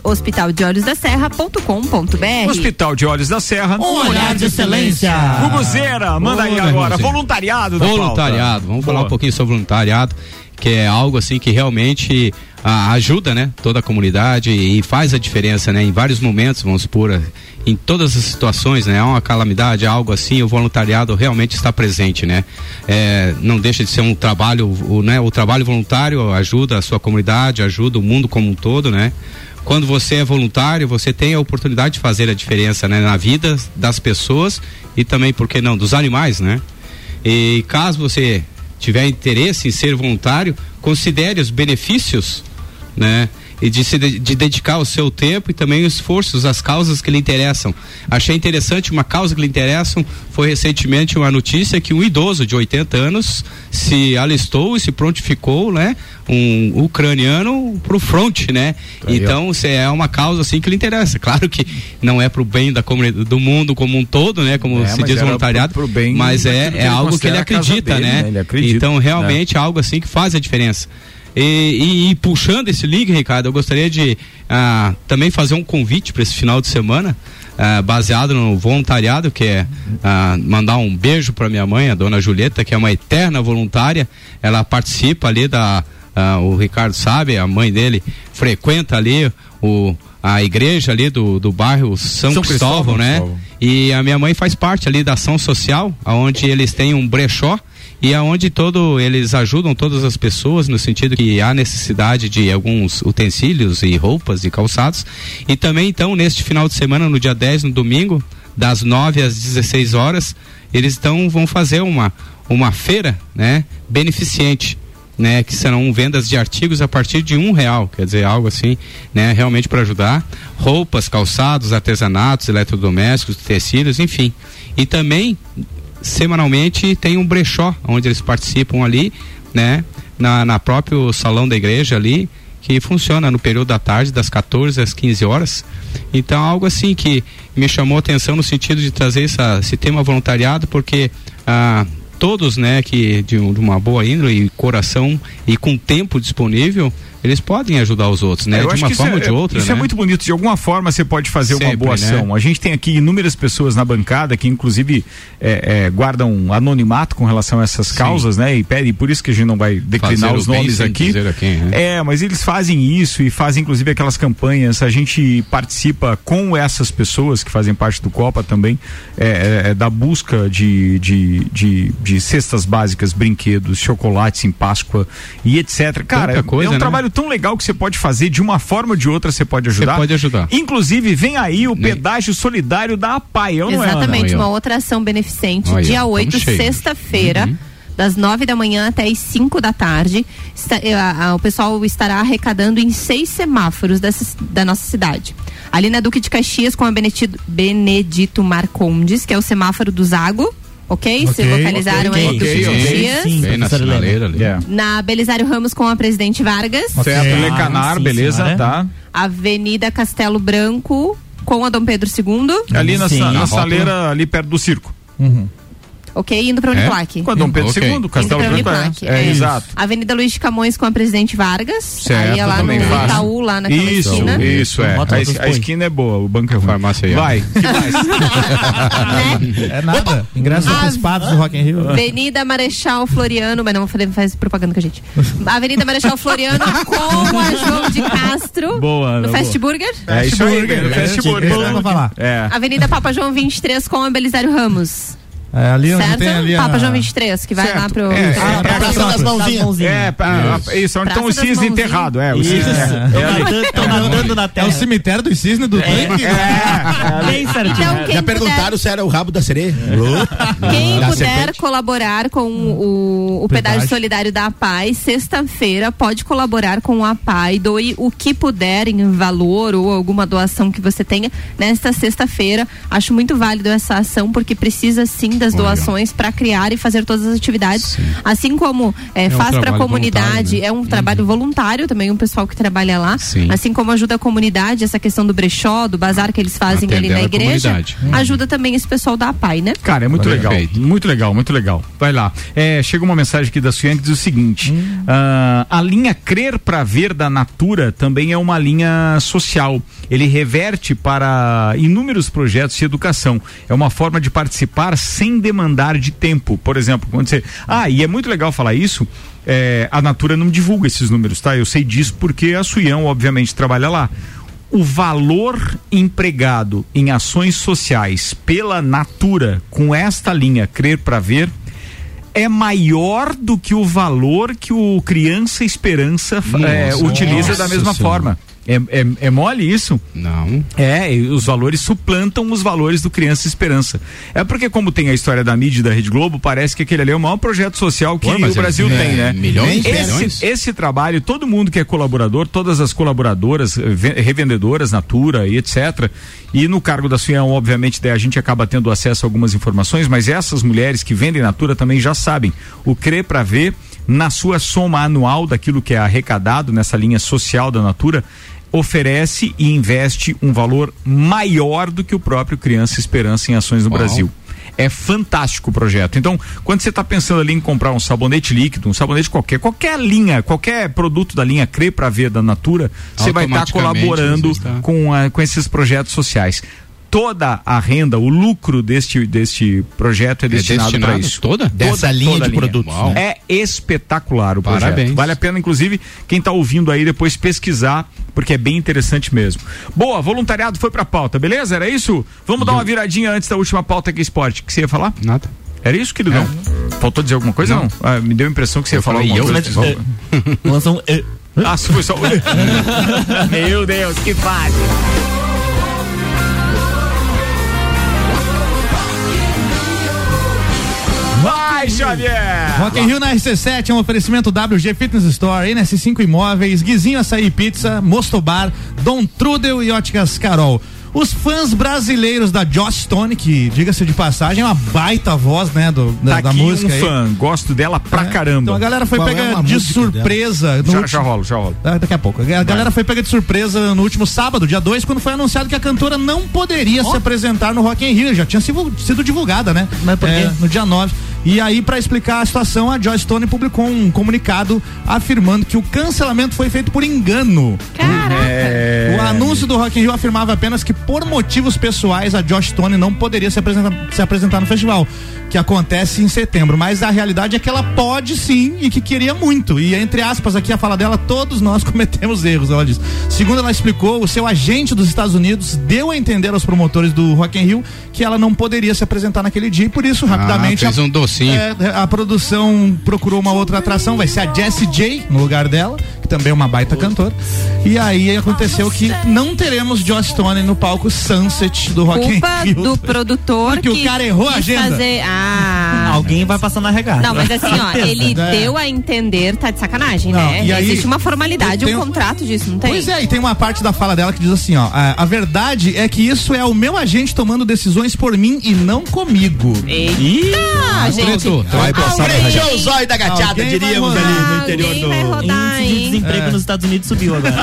hospitaldeolhosdaserra.com.br. Hospital de Olhos da Serra, um olhar de excelência. Guguzeira, manda aí agora. Voluntariado da Voluntariado, pauta. vamos falar um pouquinho sobre voluntariado, que é algo assim que realmente ajuda, né, toda a comunidade e faz a diferença, né, em vários momentos, vamos supor, em todas as situações, né, há uma calamidade, algo assim, o voluntariado realmente está presente, né, não deixa de ser um trabalho, o trabalho voluntário ajuda a sua comunidade, ajuda o mundo como um todo, né. Quando você é voluntário, você tem a oportunidade de fazer a diferença, né, na vida das pessoas e também, por que não, dos animais, né. E caso você tiver interesse em ser voluntário, considere os benefícios, né, e de dedicar o seu tempo e também os esforços às causas que lhe interessam. Achei interessante uma causa que lhe interessam, foi recentemente uma notícia que um idoso de 80 anos se alistou e se prontificou, né, um ucraniano pro front, né? Então, é uma causa assim que lhe interessa. Claro que não é pro bem da comunidade, do mundo como um todo, né? Como se diz voluntariado, pro bem, mas é algo que ele acredita, dele, né? Ele acredita, então, realmente é algo assim que faz a diferença. E puxando esse link, Ricardo, eu gostaria de também fazer um convite para esse final de semana, baseado no voluntariado, que é mandar um beijo para minha mãe, a dona Julieta, que é uma eterna voluntária. Ela participa ali o Ricardo sabe, a mãe dele frequenta ali a igreja ali do bairro São Cristóvão, né? E a minha mãe faz parte ali da ação social, onde eles têm um brechó e aonde eles ajudam todas as pessoas no sentido que há necessidade de alguns utensílios e roupas e calçados. E também, então, neste final de semana, no dia 10, no domingo, das 9 às 16 horas, eles vão fazer uma feira, né, beneficente. né, que serão vendas de artigos a partir de R$1, quer dizer, algo assim, né, realmente para ajudar. Roupas, calçados, artesanatos, eletrodomésticos, tecidos, enfim. E também, semanalmente, tem um brechó, onde eles participam ali, né, na próprio salão da igreja ali, que funciona no período da tarde, das 14 às 15 horas. Então, algo assim que me chamou a atenção no sentido de trazer esse tema voluntariado, porque todos, né, que de uma boa índole e coração e com tempo disponível, eles podem ajudar os outros, né? De uma forma ou de outra, isso né? é muito bonito. De alguma forma você pode fazer uma boa ação. Né? A gente tem aqui inúmeras pessoas na bancada que inclusive guardam anonimato com relação a essas causas, né? E pedem, por isso que a gente não vai declinar os nomes aqui. Mas eles fazem isso e fazem inclusive aquelas campanhas. A gente participa com essas pessoas que fazem parte do Copa também, da busca de cestas básicas, brinquedos, chocolates em Páscoa e etc. Cara, é um trabalho tão legal que você pode fazer de uma forma ou de outra, você pode ajudar. Você pode ajudar. Inclusive, vem aí o pedágio solidário da APAI, não é? Exatamente, uma outra ação beneficente, dia 8, sexta-feira, das 9 da manhã até as 5 da tarde. O pessoal estará arrecadando em 6 semáforos da nossa cidade. Ali na Duque de Caxias, com a Benedito Marcondes, que é o semáforo do Zago. Ok? Se localizaram aí do Caxias. Bem na sinaleira ali. Na Belisário Ramos com a Presidente Vargas. Certo, Lecanar, beleza, senhora. Tá. Avenida Castelo Branco com a Dom Pedro II. Ali na saleira, ali perto do circo. Ok, indo para Uniplac. Com a Dom Pedro II, Castelo Branco. Exato. Avenida Luiz de Camões com a Presidente Vargas. Certo, aí é lá no Itaú, lá naquela esquina. Isso, a esquina é boa, o banco é ruim. Farmácia aí. Vai, que mais? É nada. Ingressos antecipados do Rock in Rio. Avenida Marechal Floriano, mas não faz propaganda com a gente. Avenida Marechal Floriano com a João de Castro. Boa. No Fast Burger. É isso aí, Fast Burger. Avenida Papa João 23 com a Belisário Ramos. Ali onde certo? tem ali Papa João 23, que vai lá pro... Praça das Mãozinhas. Isso, onde estão os cisnes enterrados. Estão nadando na terra. É o cemitério dos cisnes do tanque. Bem certinho. Então, Já perguntaram se era o rabo da sereia? Quem puder colaborar com o pedágio solidário da APAI, sexta-feira pode colaborar com a APAI, doe o que puder em valor ou alguma doação que você tenha nesta sexta-feira. Acho muito válido essa ação, porque precisa sim das doações para criar e fazer todas as atividades. Sim. Assim como faz para a comunidade, né? É um trabalho voluntário também, um pessoal que trabalha lá. Sim. Assim como ajuda a comunidade, essa questão do brechó, do bazar que eles fazem ali na igreja, ajuda também esse pessoal da APAI, né? Cara, é muito legal. Muito legal, muito legal. Vai lá. Chega uma mensagem aqui da Suiane que diz o seguinte: a linha Crer pra Ver da Natura também é uma linha social. Ele reverte para inúmeros projetos de educação. É uma forma de participar sem demandar de tempo. Por exemplo, quando você... e é muito legal falar isso, a Natura não divulga esses números, tá? Eu sei disso porque a Suião, obviamente, trabalha lá. O valor empregado em ações sociais pela Natura, com esta linha Crer pra Ver, é maior do que o valor que o Criança Esperança utiliza da mesma forma. É mole isso? Não. Os valores suplantam os valores do Criança Esperança. É porque, como tem a história da mídia e da Rede Globo, parece que aquele ali é o maior projeto social que o Brasil tem, né? Milhões. Esse trabalho, todo mundo que é colaborador, todas as colaboradoras, revendedoras, Natura e etc. E no cargo da Suião, obviamente, a gente acaba tendo acesso a algumas informações, mas essas mulheres que vendem Natura também já sabem. O Crer pra Ver, na sua soma anual daquilo que é arrecadado nessa linha social da Natura, oferece e investe um valor maior do que o próprio Criança Esperança em ações no Brasil. É fantástico o projeto. Então, quando você está pensando ali em comprar um sabonete líquido, um sabonete qualquer linha, qualquer produto da linha Crer pra Ver da Natura, você vai estar colaborando com esses projetos sociais. Toda a renda, o lucro deste projeto é destinado para isso. Dessa linha de produtos. É espetacular o projeto. Parabéns. Vale a pena, inclusive, quem está ouvindo aí depois pesquisar, porque é bem interessante mesmo. Boa, voluntariado foi pra pauta, beleza? Era isso? Vamos dar uma viradinha antes da última pauta aqui, esporte. O que você ia falar? Nada. Era isso, queridão? Faltou dizer alguma coisa? Não. Me deu a impressão que você ia falar alguma coisa. Se foi só... Meu Deus, que fácil. Vai, Xavier! Rock in Rio na RC7 é um oferecimento WG Fitness Store, NS5 Imóveis, Guizinho Açaí Pizza, Mosto Bar, Dom Trudel e Óticas Carol. Os fãs brasileiros da Joss Stone, que, diga-se de passagem, é uma baita voz, né, da música. Um fã, gosto dela pra caramba. Então a galera foi pega de surpresa. Já rola. Daqui a pouco. A galera foi pega de surpresa no último sábado, dia 2, quando foi anunciado que a cantora não poderia se apresentar no Rock in Rio. Já tinha sido divulgada, né? Mas por quê? No dia 9. E aí, pra explicar a situação, a Joss Stone publicou um comunicado afirmando que o cancelamento foi feito por engano. O anúncio do Rock in Rio afirmava apenas que, por motivos pessoais, a Joss Stone não poderia se apresentar no festival, que acontece em setembro. Mas a realidade é que ela pode sim e que queria muito. E entre aspas, aqui a fala dela, todos nós cometemos erros, ela diz. Segundo ela explicou, o seu agente dos Estados Unidos deu a entender aos promotores do Rock in Rio que ela não poderia se apresentar naquele dia e por isso, rapidamente... fez um docinho. A produção procurou uma outra atração, vai ser a Jessie J no lugar dela, que também é uma baita cantora. E aí aconteceu que não teremos Joss Stone no palco Sunset do Rock in Rio. Culpa do produtor porque o cara errou a agenda. Alguém vai passar na regata. Não, mas assim, ó, ele deu a entender, tá de sacanagem, né? E aí, existe uma formalidade, um contrato disso, não tem? Pois é, e tem uma parte da fala dela que diz assim, ó, a verdade é que isso é o meu agente tomando decisões por mim e não comigo. Eita, gente. Vai passar o zóio da gateada, diríamos ali no interior do... Vai rodar, índice de desemprego nos Estados Unidos subiu agora.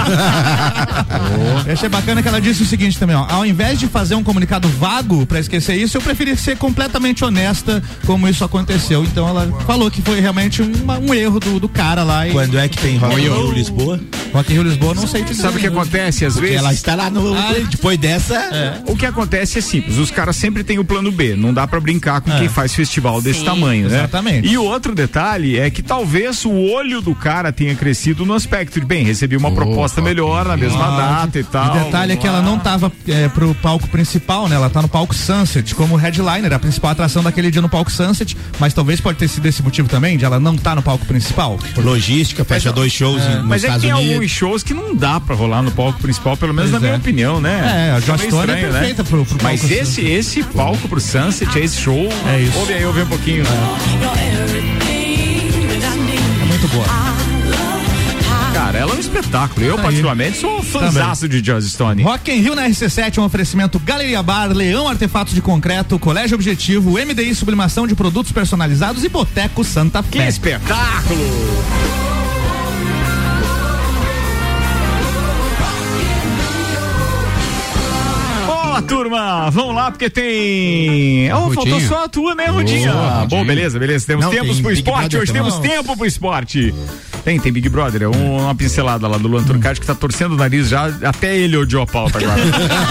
Eu achei bacana que ela disse o seguinte também, ó, ao invés de fazer um comunicado vago pra esquecer isso, eu preferi ser completamente honesta como isso aconteceu. Então ela falou que foi realmente um erro do cara lá. Quando é que tem Rock in Rio Lisboa? Rock in Rio Lisboa, não sei te dizer. Sabe o que acontece às vezes? Ela está lá no... depois dessa... O que acontece é simples, os caras sempre têm o plano B, não dá pra brincar com quem faz festival desse tamanho, né? Exatamente. E o outro detalhe é que talvez o olho do cara tenha crescido no aspecto de, bem, recebi uma proposta melhor na mesma data e tal. O detalhe é que ela não tava pro palco principal, né? Ela tá no palco Sunset como headliner, a principal atração daquele dia no palco Sunset, mas talvez pode ter sido esse motivo também, de ela não tá no palco principal. Logística, fecha 2 shows nos Estados Unidos. Mas é que tem alguns shows que não dá pra rolar no palco principal, pelo menos na minha opinião, né? A Joss Stone é perfeita pro palco. Mas esse palco pro Sunset, esse show, ouve um pouquinho. É muito boa. Cara, ela é um espetáculo. Eu, particularmente, sou um fãzaço de Joss Stone. Rock in Rio na RC7 é um oferecimento Galeria Bar, Leão Artefatos de Concreto, Colégio Objetivo, MDI Sublimação de Produtos Personalizados e Boteco Santa Fé. Que espetáculo! Turma, vamos lá porque tem. Faltou só a tua, né, Rudinha? Bom, beleza. Temos tempos pro esporte. Hoje temos tempo pro esporte. Tem Big Brother, uma pincelada lá do Luan Turcati que tá torcendo o nariz já, até ele odiou a pauta agora.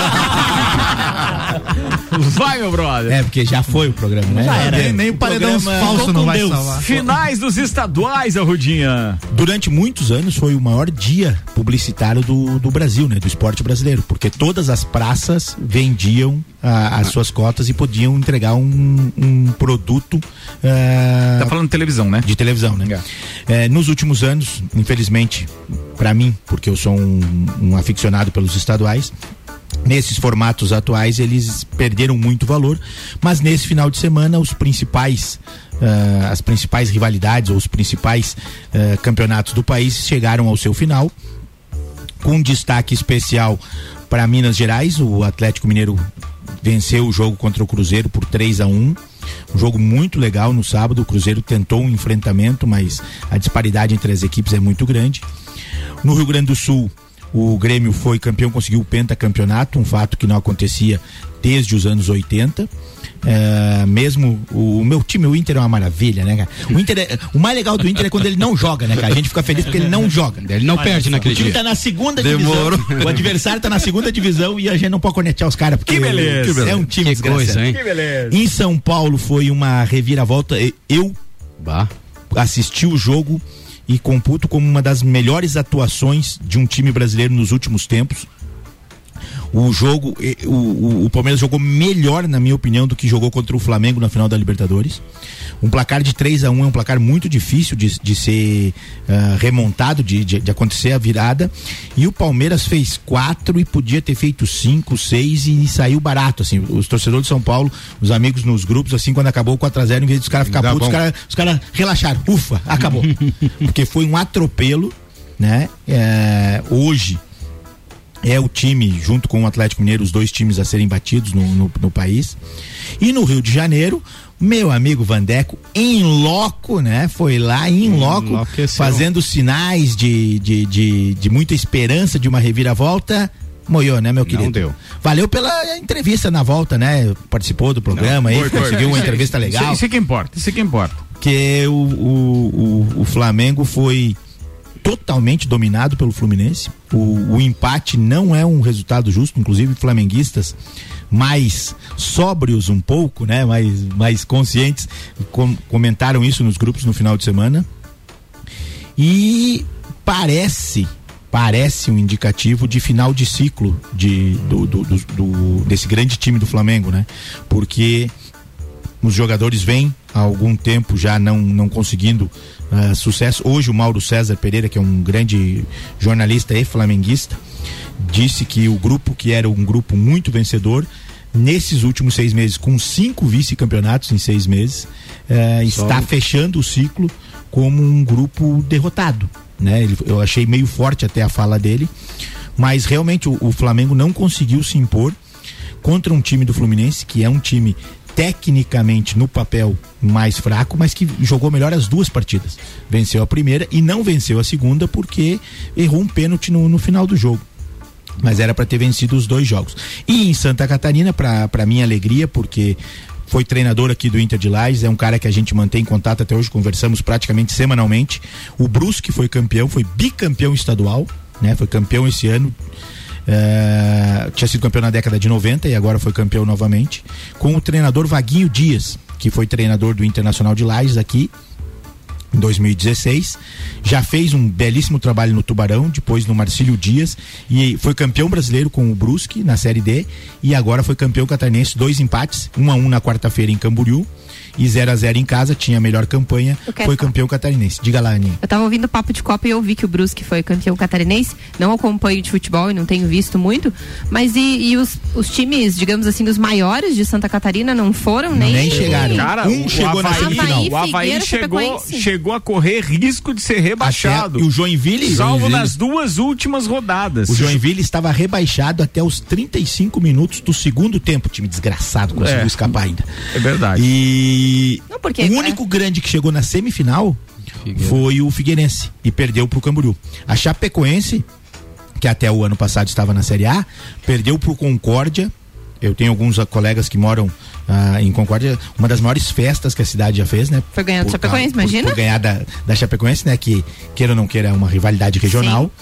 Vai, meu brother. Porque já foi o programa, né? Já era. Nem o paredão falso não vai salvar. Finais dos estaduais, a Rudinha. Durante muitos anos foi o maior dia publicitário do Brasil, né? Do esporte brasileiro, porque todas as praças vendiam as suas cotas e podiam entregar um produto. Tá falando de televisão, né? De televisão, né? Nos últimos anos, infelizmente, pra mim, porque eu sou um aficionado pelos estaduais, nesses formatos atuais eles perderam muito valor, mas nesse final de semana as principais rivalidades ou os principais campeonatos do país chegaram ao seu final, com um destaque especial para Minas Gerais. O Atlético Mineiro venceu o jogo contra o Cruzeiro por 3-1, um jogo muito legal no sábado. O Cruzeiro tentou um enfrentamento, mas a disparidade entre as equipes é muito grande. No Rio Grande do Sul, o Grêmio foi campeão, conseguiu o pentacampeonato, um fato que não acontecia desde os anos 80. Mesmo o meu time, o Inter, é uma maravilha, né, cara? O mais legal do Inter é quando ele não joga, né, cara? A gente fica feliz porque ele não joga. Ele não perde naquele dia. O time tá na segunda divisão. O adversário tá na segunda divisão e a gente não pode cornetear os caras, porque que beleza. É um time desgraçado. Coisa, hein? Que beleza. Em São Paulo foi uma reviravolta. Eu assisti o jogo e computo como uma das melhores atuações de um time brasileiro nos últimos tempos. O jogo, o Palmeiras jogou melhor, na minha opinião, do que jogou contra o Flamengo na final da Libertadores. Um placar de 3-1 é um placar muito difícil de ser remontado, de acontecer a virada. E o Palmeiras fez 4 e podia ter feito 5, 6 e saiu barato, assim. Os torcedores de São Paulo, os amigos nos grupos, assim, quando acabou o 4-0, em vez dos caras ficar putos, os caras relaxaram. Ufa, acabou. Porque foi um atropelo, né? Hoje é o time, junto com o Atlético Mineiro, os dois times a serem batidos no país. E no Rio de Janeiro, meu amigo Vandeco, em loco, né? Foi lá em loco, fazendo sinais de muita esperança de uma reviravolta. Moiou, né, meu querido? Não deu. Valeu pela entrevista na volta, né? Participou do programa aí, conseguiu uma entrevista legal. Isso é que importa, isso é que importa. Que o Flamengo foi totalmente dominado pelo Fluminense. O empate não é um resultado justo, inclusive flamenguistas mais sóbrios um pouco, né? Mais conscientes comentaram isso nos grupos no final de semana. E parece um indicativo de final de ciclo desse grande time do Flamengo, né? Porque os jogadores vêm há algum tempo já não conseguindo sucesso. Hoje o Mauro César Pereira, que é um grande jornalista e flamenguista, disse que o grupo, que era um grupo muito vencedor, nesses últimos 6 meses, com 5 vice-campeonatos em 6 meses, está fechando o ciclo como um grupo derrotado, né? Eu achei meio forte até a fala dele, mas realmente o Flamengo não conseguiu se impor contra um time do Fluminense, que é um time tecnicamente no papel mais fraco, mas que jogou melhor as 2 partidas. Venceu a primeira e não venceu a segunda porque errou um pênalti no final do jogo. Mas era para ter vencido os 2 jogos. E em Santa Catarina, para minha alegria, porque foi treinador aqui do Inter de Lages, é um cara que a gente mantém contato até hoje, conversamos praticamente semanalmente. O Brusque foi campeão, foi bicampeão estadual, né? Foi campeão esse ano. Tinha sido campeão na década de 90 e agora foi campeão novamente, com o treinador Vaguinho Dias, que foi treinador do Internacional de Lages aqui em 2016, já fez um belíssimo trabalho no Tubarão, depois no Marcílio Dias, e foi campeão brasileiro com o Brusque na Série D, e agora foi campeão catarinense, 2 empates, 1-1 na quarta-feira em Camboriú e 0-0 em casa, tinha a melhor campanha, foi campeão catarinense. Diga lá, Aninha. Eu tava ouvindo o Papo de Copa e eu vi que o Brusque foi campeão catarinense, não acompanho de futebol e não tenho visto muito, mas e os times, digamos assim, dos maiores de Santa Catarina não foram nem chegaram. Cara, chegou na semifinal. O Avaí chegou a correr risco de ser rebaixado. E o Joinville, salvo nas 2 últimas rodadas. O Joinville estava rebaixado até os 35 minutos do segundo tempo. O time desgraçado conseguiu escapar ainda. É verdade. O único grande que chegou na semifinal foi o Figueirense e perdeu pro Camboriú. A Chapecoense, que até o ano passado estava na Série A, perdeu pro Concórdia. Eu tenho alguns colegas que moram em Concórdia, uma das maiores festas que a cidade já fez, né? Foi ganhar do Chapecoense, imagina? Por ganhar da Chapecoense, né? Que, queira ou não queira, é uma rivalidade regional.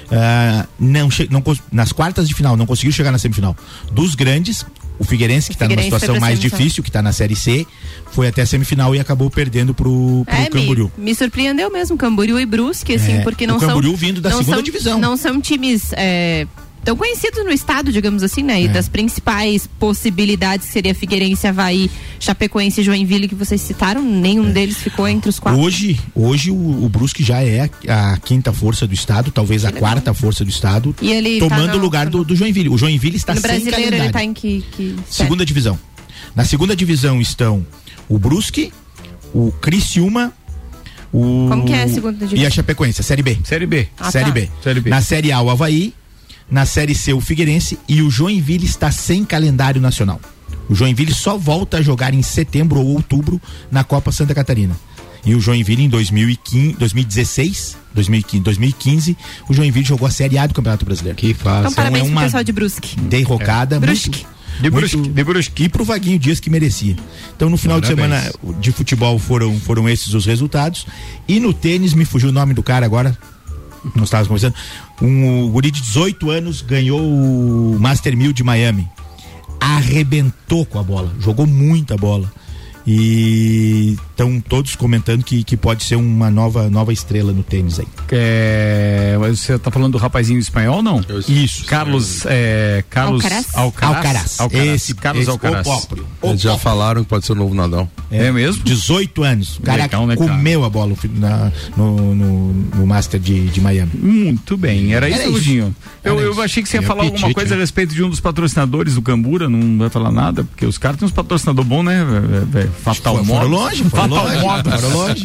Nas quartas de final, não conseguiu chegar na semifinal. Dos grandes, o Figueirense, que está numa situação mais difícil, que está na Série C, foi até a semifinal e acabou perdendo pro Camboriú. Me surpreendeu mesmo, Camboriú e Brusque, assim, porque não o são... O Camboriú vindo da segunda divisão. Não são times... tão conhecidos no estado, digamos assim, né? E das principais possibilidades que seria Figueirense, Avaí, Chapecoense e Joinville, que vocês citaram, nenhum deles ficou entre os 4. Hoje o Brusque já é a 5ª força do estado, talvez a 4ª força do estado, e ele tomando o lugar do Joinville. O Joinville está sem brasileiro, calendário. ele tá em que segunda divisão. Na segunda divisão estão o Brusque, o Criciúma, como que é a segunda divisão? E a Chapecoense, a Série B. Série B. Série B. Na Série A, o Avaí. Na Série C, o Figueirense, e o Joinville está sem calendário nacional. O Joinville só volta a jogar em setembro ou outubro na Copa Santa Catarina. E o Joinville em 2015, o Joinville jogou a Série A do Campeonato Brasileiro. Que fácil. Então parabéns pro pessoal de Brusque. Derrocada. Brusque. E pro Vaguinho Dias, que merecia. Então no final de semana de futebol foram esses os resultados. E no tênis, me fugiu o nome do cara agora, nós estávamos conversando, um guri de 18 anos ganhou o Master 1000 de Miami, arrebentou com a bola, jogou muita bola e estão todos comentando que pode ser uma nova estrela no tênis aí. Você tá falando do rapazinho espanhol, não? Isso. Carlos Alcaraz. Esse Carlos Alcaraz. Eles já falaram que pode ser o novo Nadal. É mesmo? 18 anos. O cara Legal, né, comeu a bola no Master de Miami. Muito bem, era isso, Rudinho. Eu achei que você ia falar alguma coisa a respeito de um dos patrocinadores do Cambura, não vai falar nada, porque os caras têm uns patrocinador bom, né? Fatal Modo. Foram longe.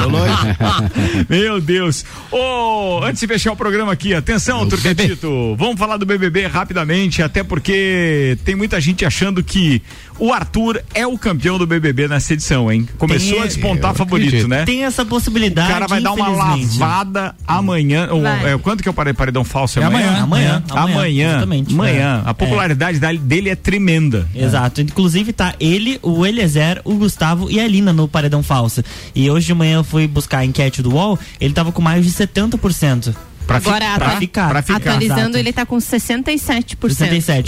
Meu Deus. Antes de fechar o programa aqui, atenção, Turquetito, vamos falar do BBB rapidamente, até porque tem muita gente achando que o Arthur é o campeão do BBB nessa edição, hein? Começou a despontar favorito, né? Tem essa possibilidade. O cara vai dar uma lavada amanhã. Quanto que é o paredão falso? Amanhã. Amanhã. A popularidade dele é tremenda. Exato. Inclusive tá ele, o Eliezer, o Gustavo e a Lina no paredão falso. E hoje de manhã eu fui buscar a enquete do UOL, ele tava com mais de 70%. Agora, atualizando, Exato. ele tá com 67%. 67%.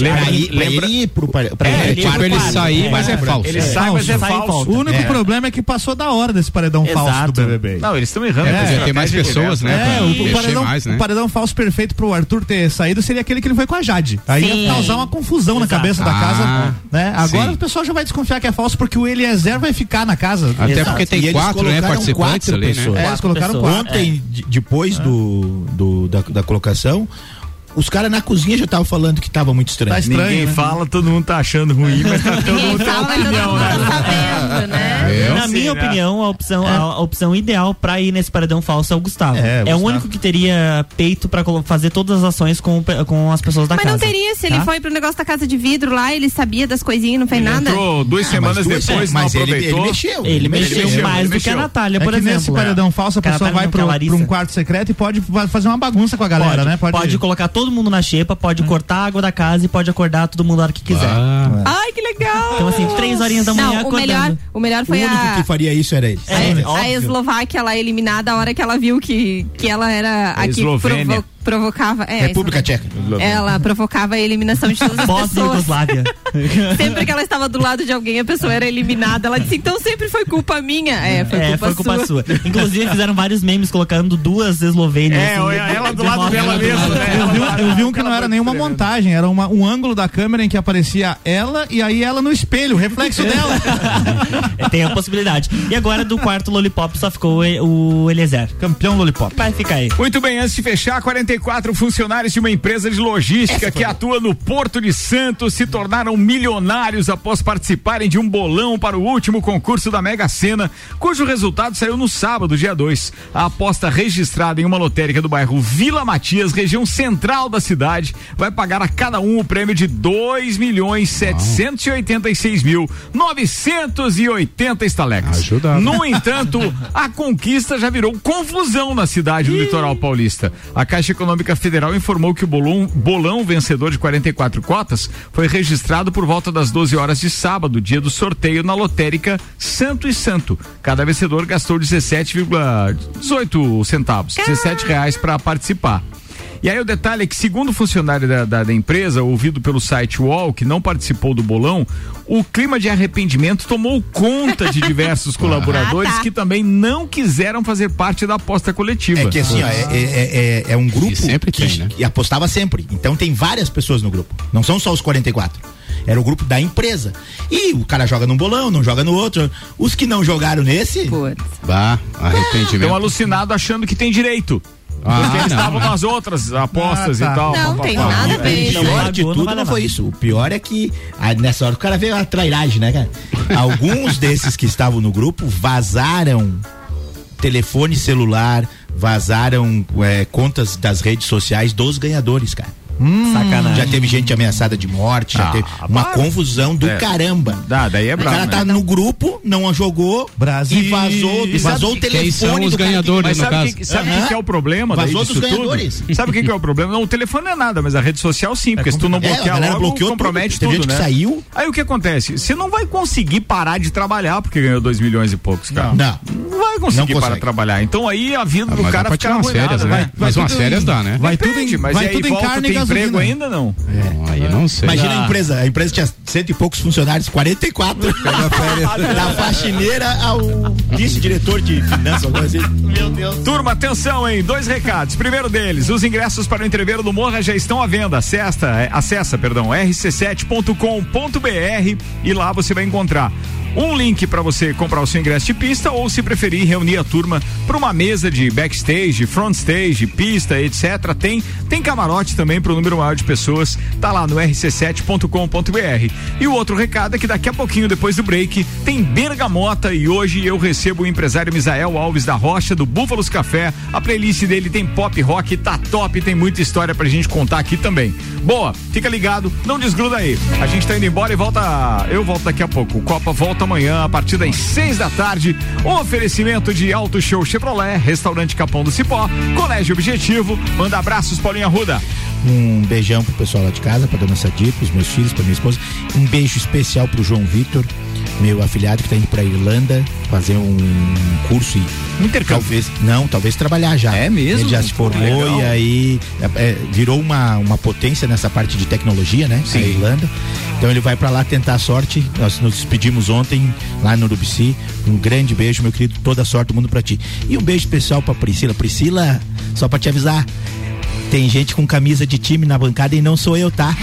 Ele sair, mas é falso. Ele sai, mas é falso. O único problema é que passou da hora desse paredão falso do BBB. Não, eles estão errando. Podia ter mais pessoas, né? O paredão falso perfeito pro Arthur ter saído seria aquele que ele foi com a Jade. Aí ia causar uma confusão na cabeça da casa, né? Agora o pessoal já vai desconfiar que é falso porque o Eliezer vai ficar na casa. Até porque tem 4, né, participantes ali, né? Eles colocaram 4. Ontem, depois da colocação, os caras na cozinha já estavam falando que tava muito estranho. Tá estranho. Ninguém fala, todo mundo tá achando ruim, mas tá todo mundo tem opinião, né? Sabendo, né? Na minha opinião, a opção ideal pra ir nesse paredão falso é o Gustavo. É o único que teria peito pra fazer todas as ações com as pessoas da casa. Mas não teria, se ele foi pro negócio da casa de vidro lá, ele sabia das coisinhas, não fez nada. Entrou 2 semanas depois, não aproveitou. Ele mexeu mais do que a Natália, por exemplo. Nesse paredão falso, a pessoa vai pra um quarto secreto e pode fazer uma bagunça com a galera, né? Pode colocar todo mundo na xepa, pode cortar a água da casa e pode acordar todo mundo a hora que quiser. Ai, que legal! Então, assim, 3 horinhas da manhã acordando. O melhor foi o único que faria isso era ele. A Eslováquia lá eliminada a hora que ela viu que ela era a que provocava. República Tcheca. Ela provocava a eliminação de todas as pessoas. Sempre que ela estava do lado de alguém, a pessoa era eliminada. Ela disse, então sempre foi culpa minha. Foi culpa sua. Inclusive fizeram vários memes colocando 2 eslovênias. Ela do lado dela mesmo, né? Eu vi um que não era nenhuma montagem, era um ângulo da câmera em que aparecia ela e aí ela no espelho, o reflexo dela. Tem a possibilidade. E agora do quarto Lollipop só ficou o Eliezer. Campeão Lollipop. Vai ficar aí. Muito bem, antes de fechar, 44 funcionários de uma empresa de logística que atua no Porto de Santos se tornaram milionários após participarem de um bolão para o último concurso da Mega Sena, cujo resultado saiu no sábado, dia 2. A aposta registrada em uma lotérica do bairro Vila Matias, região central da cidade, vai pagar a cada um o prêmio de 2.786.980 estalecas. No entanto, a conquista já virou confusão na cidade do litoral paulista. A Caixa Econômica Federal informou que o bolão vencedor de 44 cotas foi registrado por volta das 12 horas de sábado, dia do sorteio, na lotérica Santo e Santo. Cada vencedor gastou 17,18 centavos, R$17 para participar. E aí o detalhe é que, segundo o funcionário da empresa, ouvido pelo site UOL, que não participou do bolão, o clima de arrependimento tomou conta de diversos colaboradores que também não quiseram fazer parte da aposta coletiva. É que assim, é um grupo que apostava sempre. Então tem várias pessoas no grupo. Não são só os 44. Era o grupo da empresa. E o cara joga num bolão, não joga no outro. Os que não jogaram nesse... arrependimento. Estão alucinados achando que tem direito. Porque eles estavam nas outras apostas e tal. Não tem nada a ver. O pior de tudo não foi isso. O pior é que nessa hora o cara veio a trairagem, né, cara? Alguns desses que estavam no grupo vazaram telefone celular, vazaram contas das redes sociais dos ganhadores, cara. Sacanagem. Já teve gente ameaçada de morte, já teve uma confusão do caramba. Daí é bravo. O cara tá no grupo, não jogou e vazou o telefone são os do ganhadores, no caso. Sabe o que é o problema? Vazou dos ganhadores. Sabe o que é o problema? Não, o telefone não é nada, mas a rede social sim, porque se tu não bloquear logo, compromete tudo, gente né? Que saiu. Aí o que acontece? Você não vai conseguir parar de trabalhar porque ganhou 2 milhões e poucos, cara. Não vai conseguir parar de trabalhar. Então aí a vida do cara fica arruinada, né? Mas umas férias dá, né? Vai tudo em carne e gasolina. emprego ainda não? Aí não sei. Imagina a empresa tinha 100 e poucos funcionários, 44. Da faxineira ao vice-diretor de finanças, alguma coisa assim. Meu Deus. Turma, atenção, hein? 2 recados. Primeiro deles, os ingressos para o Entreveiro do Morra já estão à venda. Acessa, rc7.com.br e lá você vai encontrar um link para você comprar o seu ingresso de pista ou, se preferir, reunir a turma para uma mesa de backstage, front stage, pista, etc. Tem camarote também para o número maior de pessoas. Tá lá no rc7.com.br. E o outro recado é que daqui a pouquinho, depois do break, tem Bergamota e hoje eu recebo o empresário Misael Alves da Rocha, do Búfalos Café. A playlist dele tem pop rock, tá top, tem muita história pra gente contar aqui também. Boa, fica ligado, não desgruda aí. A gente tá indo embora e eu volto daqui a pouco. O Copa volta amanhã a partir das 6 da tarde. Um oferecimento de Auto Show Chevrolet, Restaurante Capão do Cipó, Colégio Objetivo. Manda abraços, Paulinho Arruda. Um beijão pro pessoal lá de casa, pra dona Sadir, pros meus filhos, pra minha esposa. Um beijo especial pro João Vitor, meu afilhado que tá indo pra Irlanda fazer um curso e talvez trabalhar já. É mesmo? Ele já se formou e aí virou uma potência nessa parte de tecnologia, né? Sim. A Irlanda. Então ele vai pra lá tentar a sorte. Nós nos despedimos ontem lá no Urubici. Um grande beijo, meu querido, toda a sorte do mundo pra ti. E um beijo especial pra Priscila. Priscila, só pra te avisar, tem gente com camisa de time na bancada e não sou eu, tá?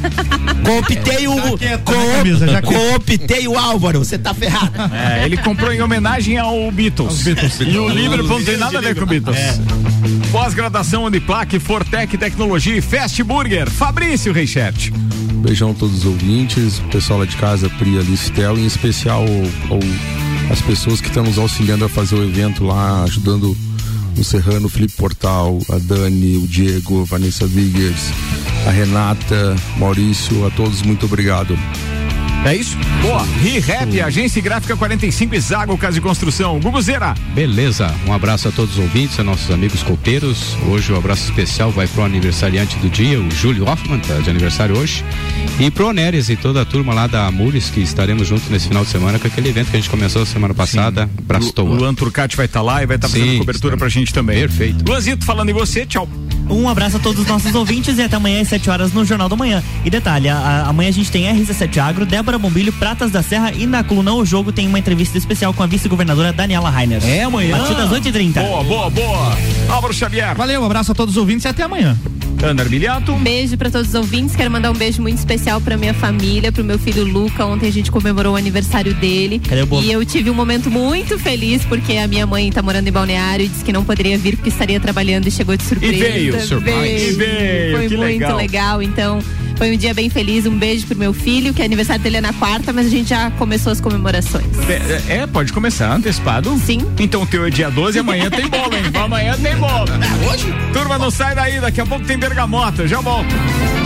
Cooptei o Álvaro, você tá ferrado. Ele comprou em homenagem ao Beatles. E o Liverpool não tem nada a ver com o Beatles. Pós-graduação Uniplac, Fortec Tecnologia e Fast Burger. Fabrício Reichert. Beijão a todos os ouvintes, o pessoal lá de casa, Pri, Alice, Tel, em especial as pessoas que estão nos auxiliando a fazer o evento lá, ajudando o Serrano, o Felipe Portal, a Dani, o Diego, a Vanessa Viggers, a Renata, Maurício, a todos, muito obrigado. É isso? Boa. ReHap, Agência Gráfica 45 e Zago Casa de Construção. Guguzeira. Beleza. Um abraço a todos os ouvintes, a nossos amigos copeiros. Hoje o abraço especial vai pro aniversariante do dia, o Júlio Hoffman, tá de aniversário hoje. E pro Onéres e toda a turma lá da Amures, que estaremos juntos nesse final de semana com aquele evento que a gente começou semana passada. Abraço todo. O Luan Turcati vai estar lá e vai estar fazendo cobertura pra gente também. Perfeito. Luanzito, falando em você, tchau. Um abraço a todos os nossos ouvintes e até amanhã às 7 horas no Jornal da Manhã. E detalhe, amanhã a gente tem RC7 Agro, Débora Bombilho, Pratas da Serra e na coluna O Jogo tem uma entrevista especial com a vice-governadora Daniela Rainer. É amanhã. A partir das 8h30. Boa. Álvaro Xavier. Valeu, um abraço a todos os ouvintes e até amanhã. Ana Armiliato. Um beijo pra todos os ouvintes, quero mandar um beijo muito especial pra minha família, pro meu filho Luca. Ontem a gente comemorou o aniversário dele. Cadê o bolo? E eu tive um momento muito feliz porque a minha mãe tá morando em Balneário e disse que não poderia vir porque estaria trabalhando e chegou de surpresa. E veio. Foi que muito legal. Então foi um dia bem feliz. Um beijo pro meu filho, que o aniversário dele é na quarta, mas a gente já começou as comemorações. Pode começar antecipado? Sim. Então o teu é dia 12 e amanhã tem bolo, hein? Amanhã tem bolo. Hoje? Turma, não sai daí, daqui a pouco tem Bergamota, já volto.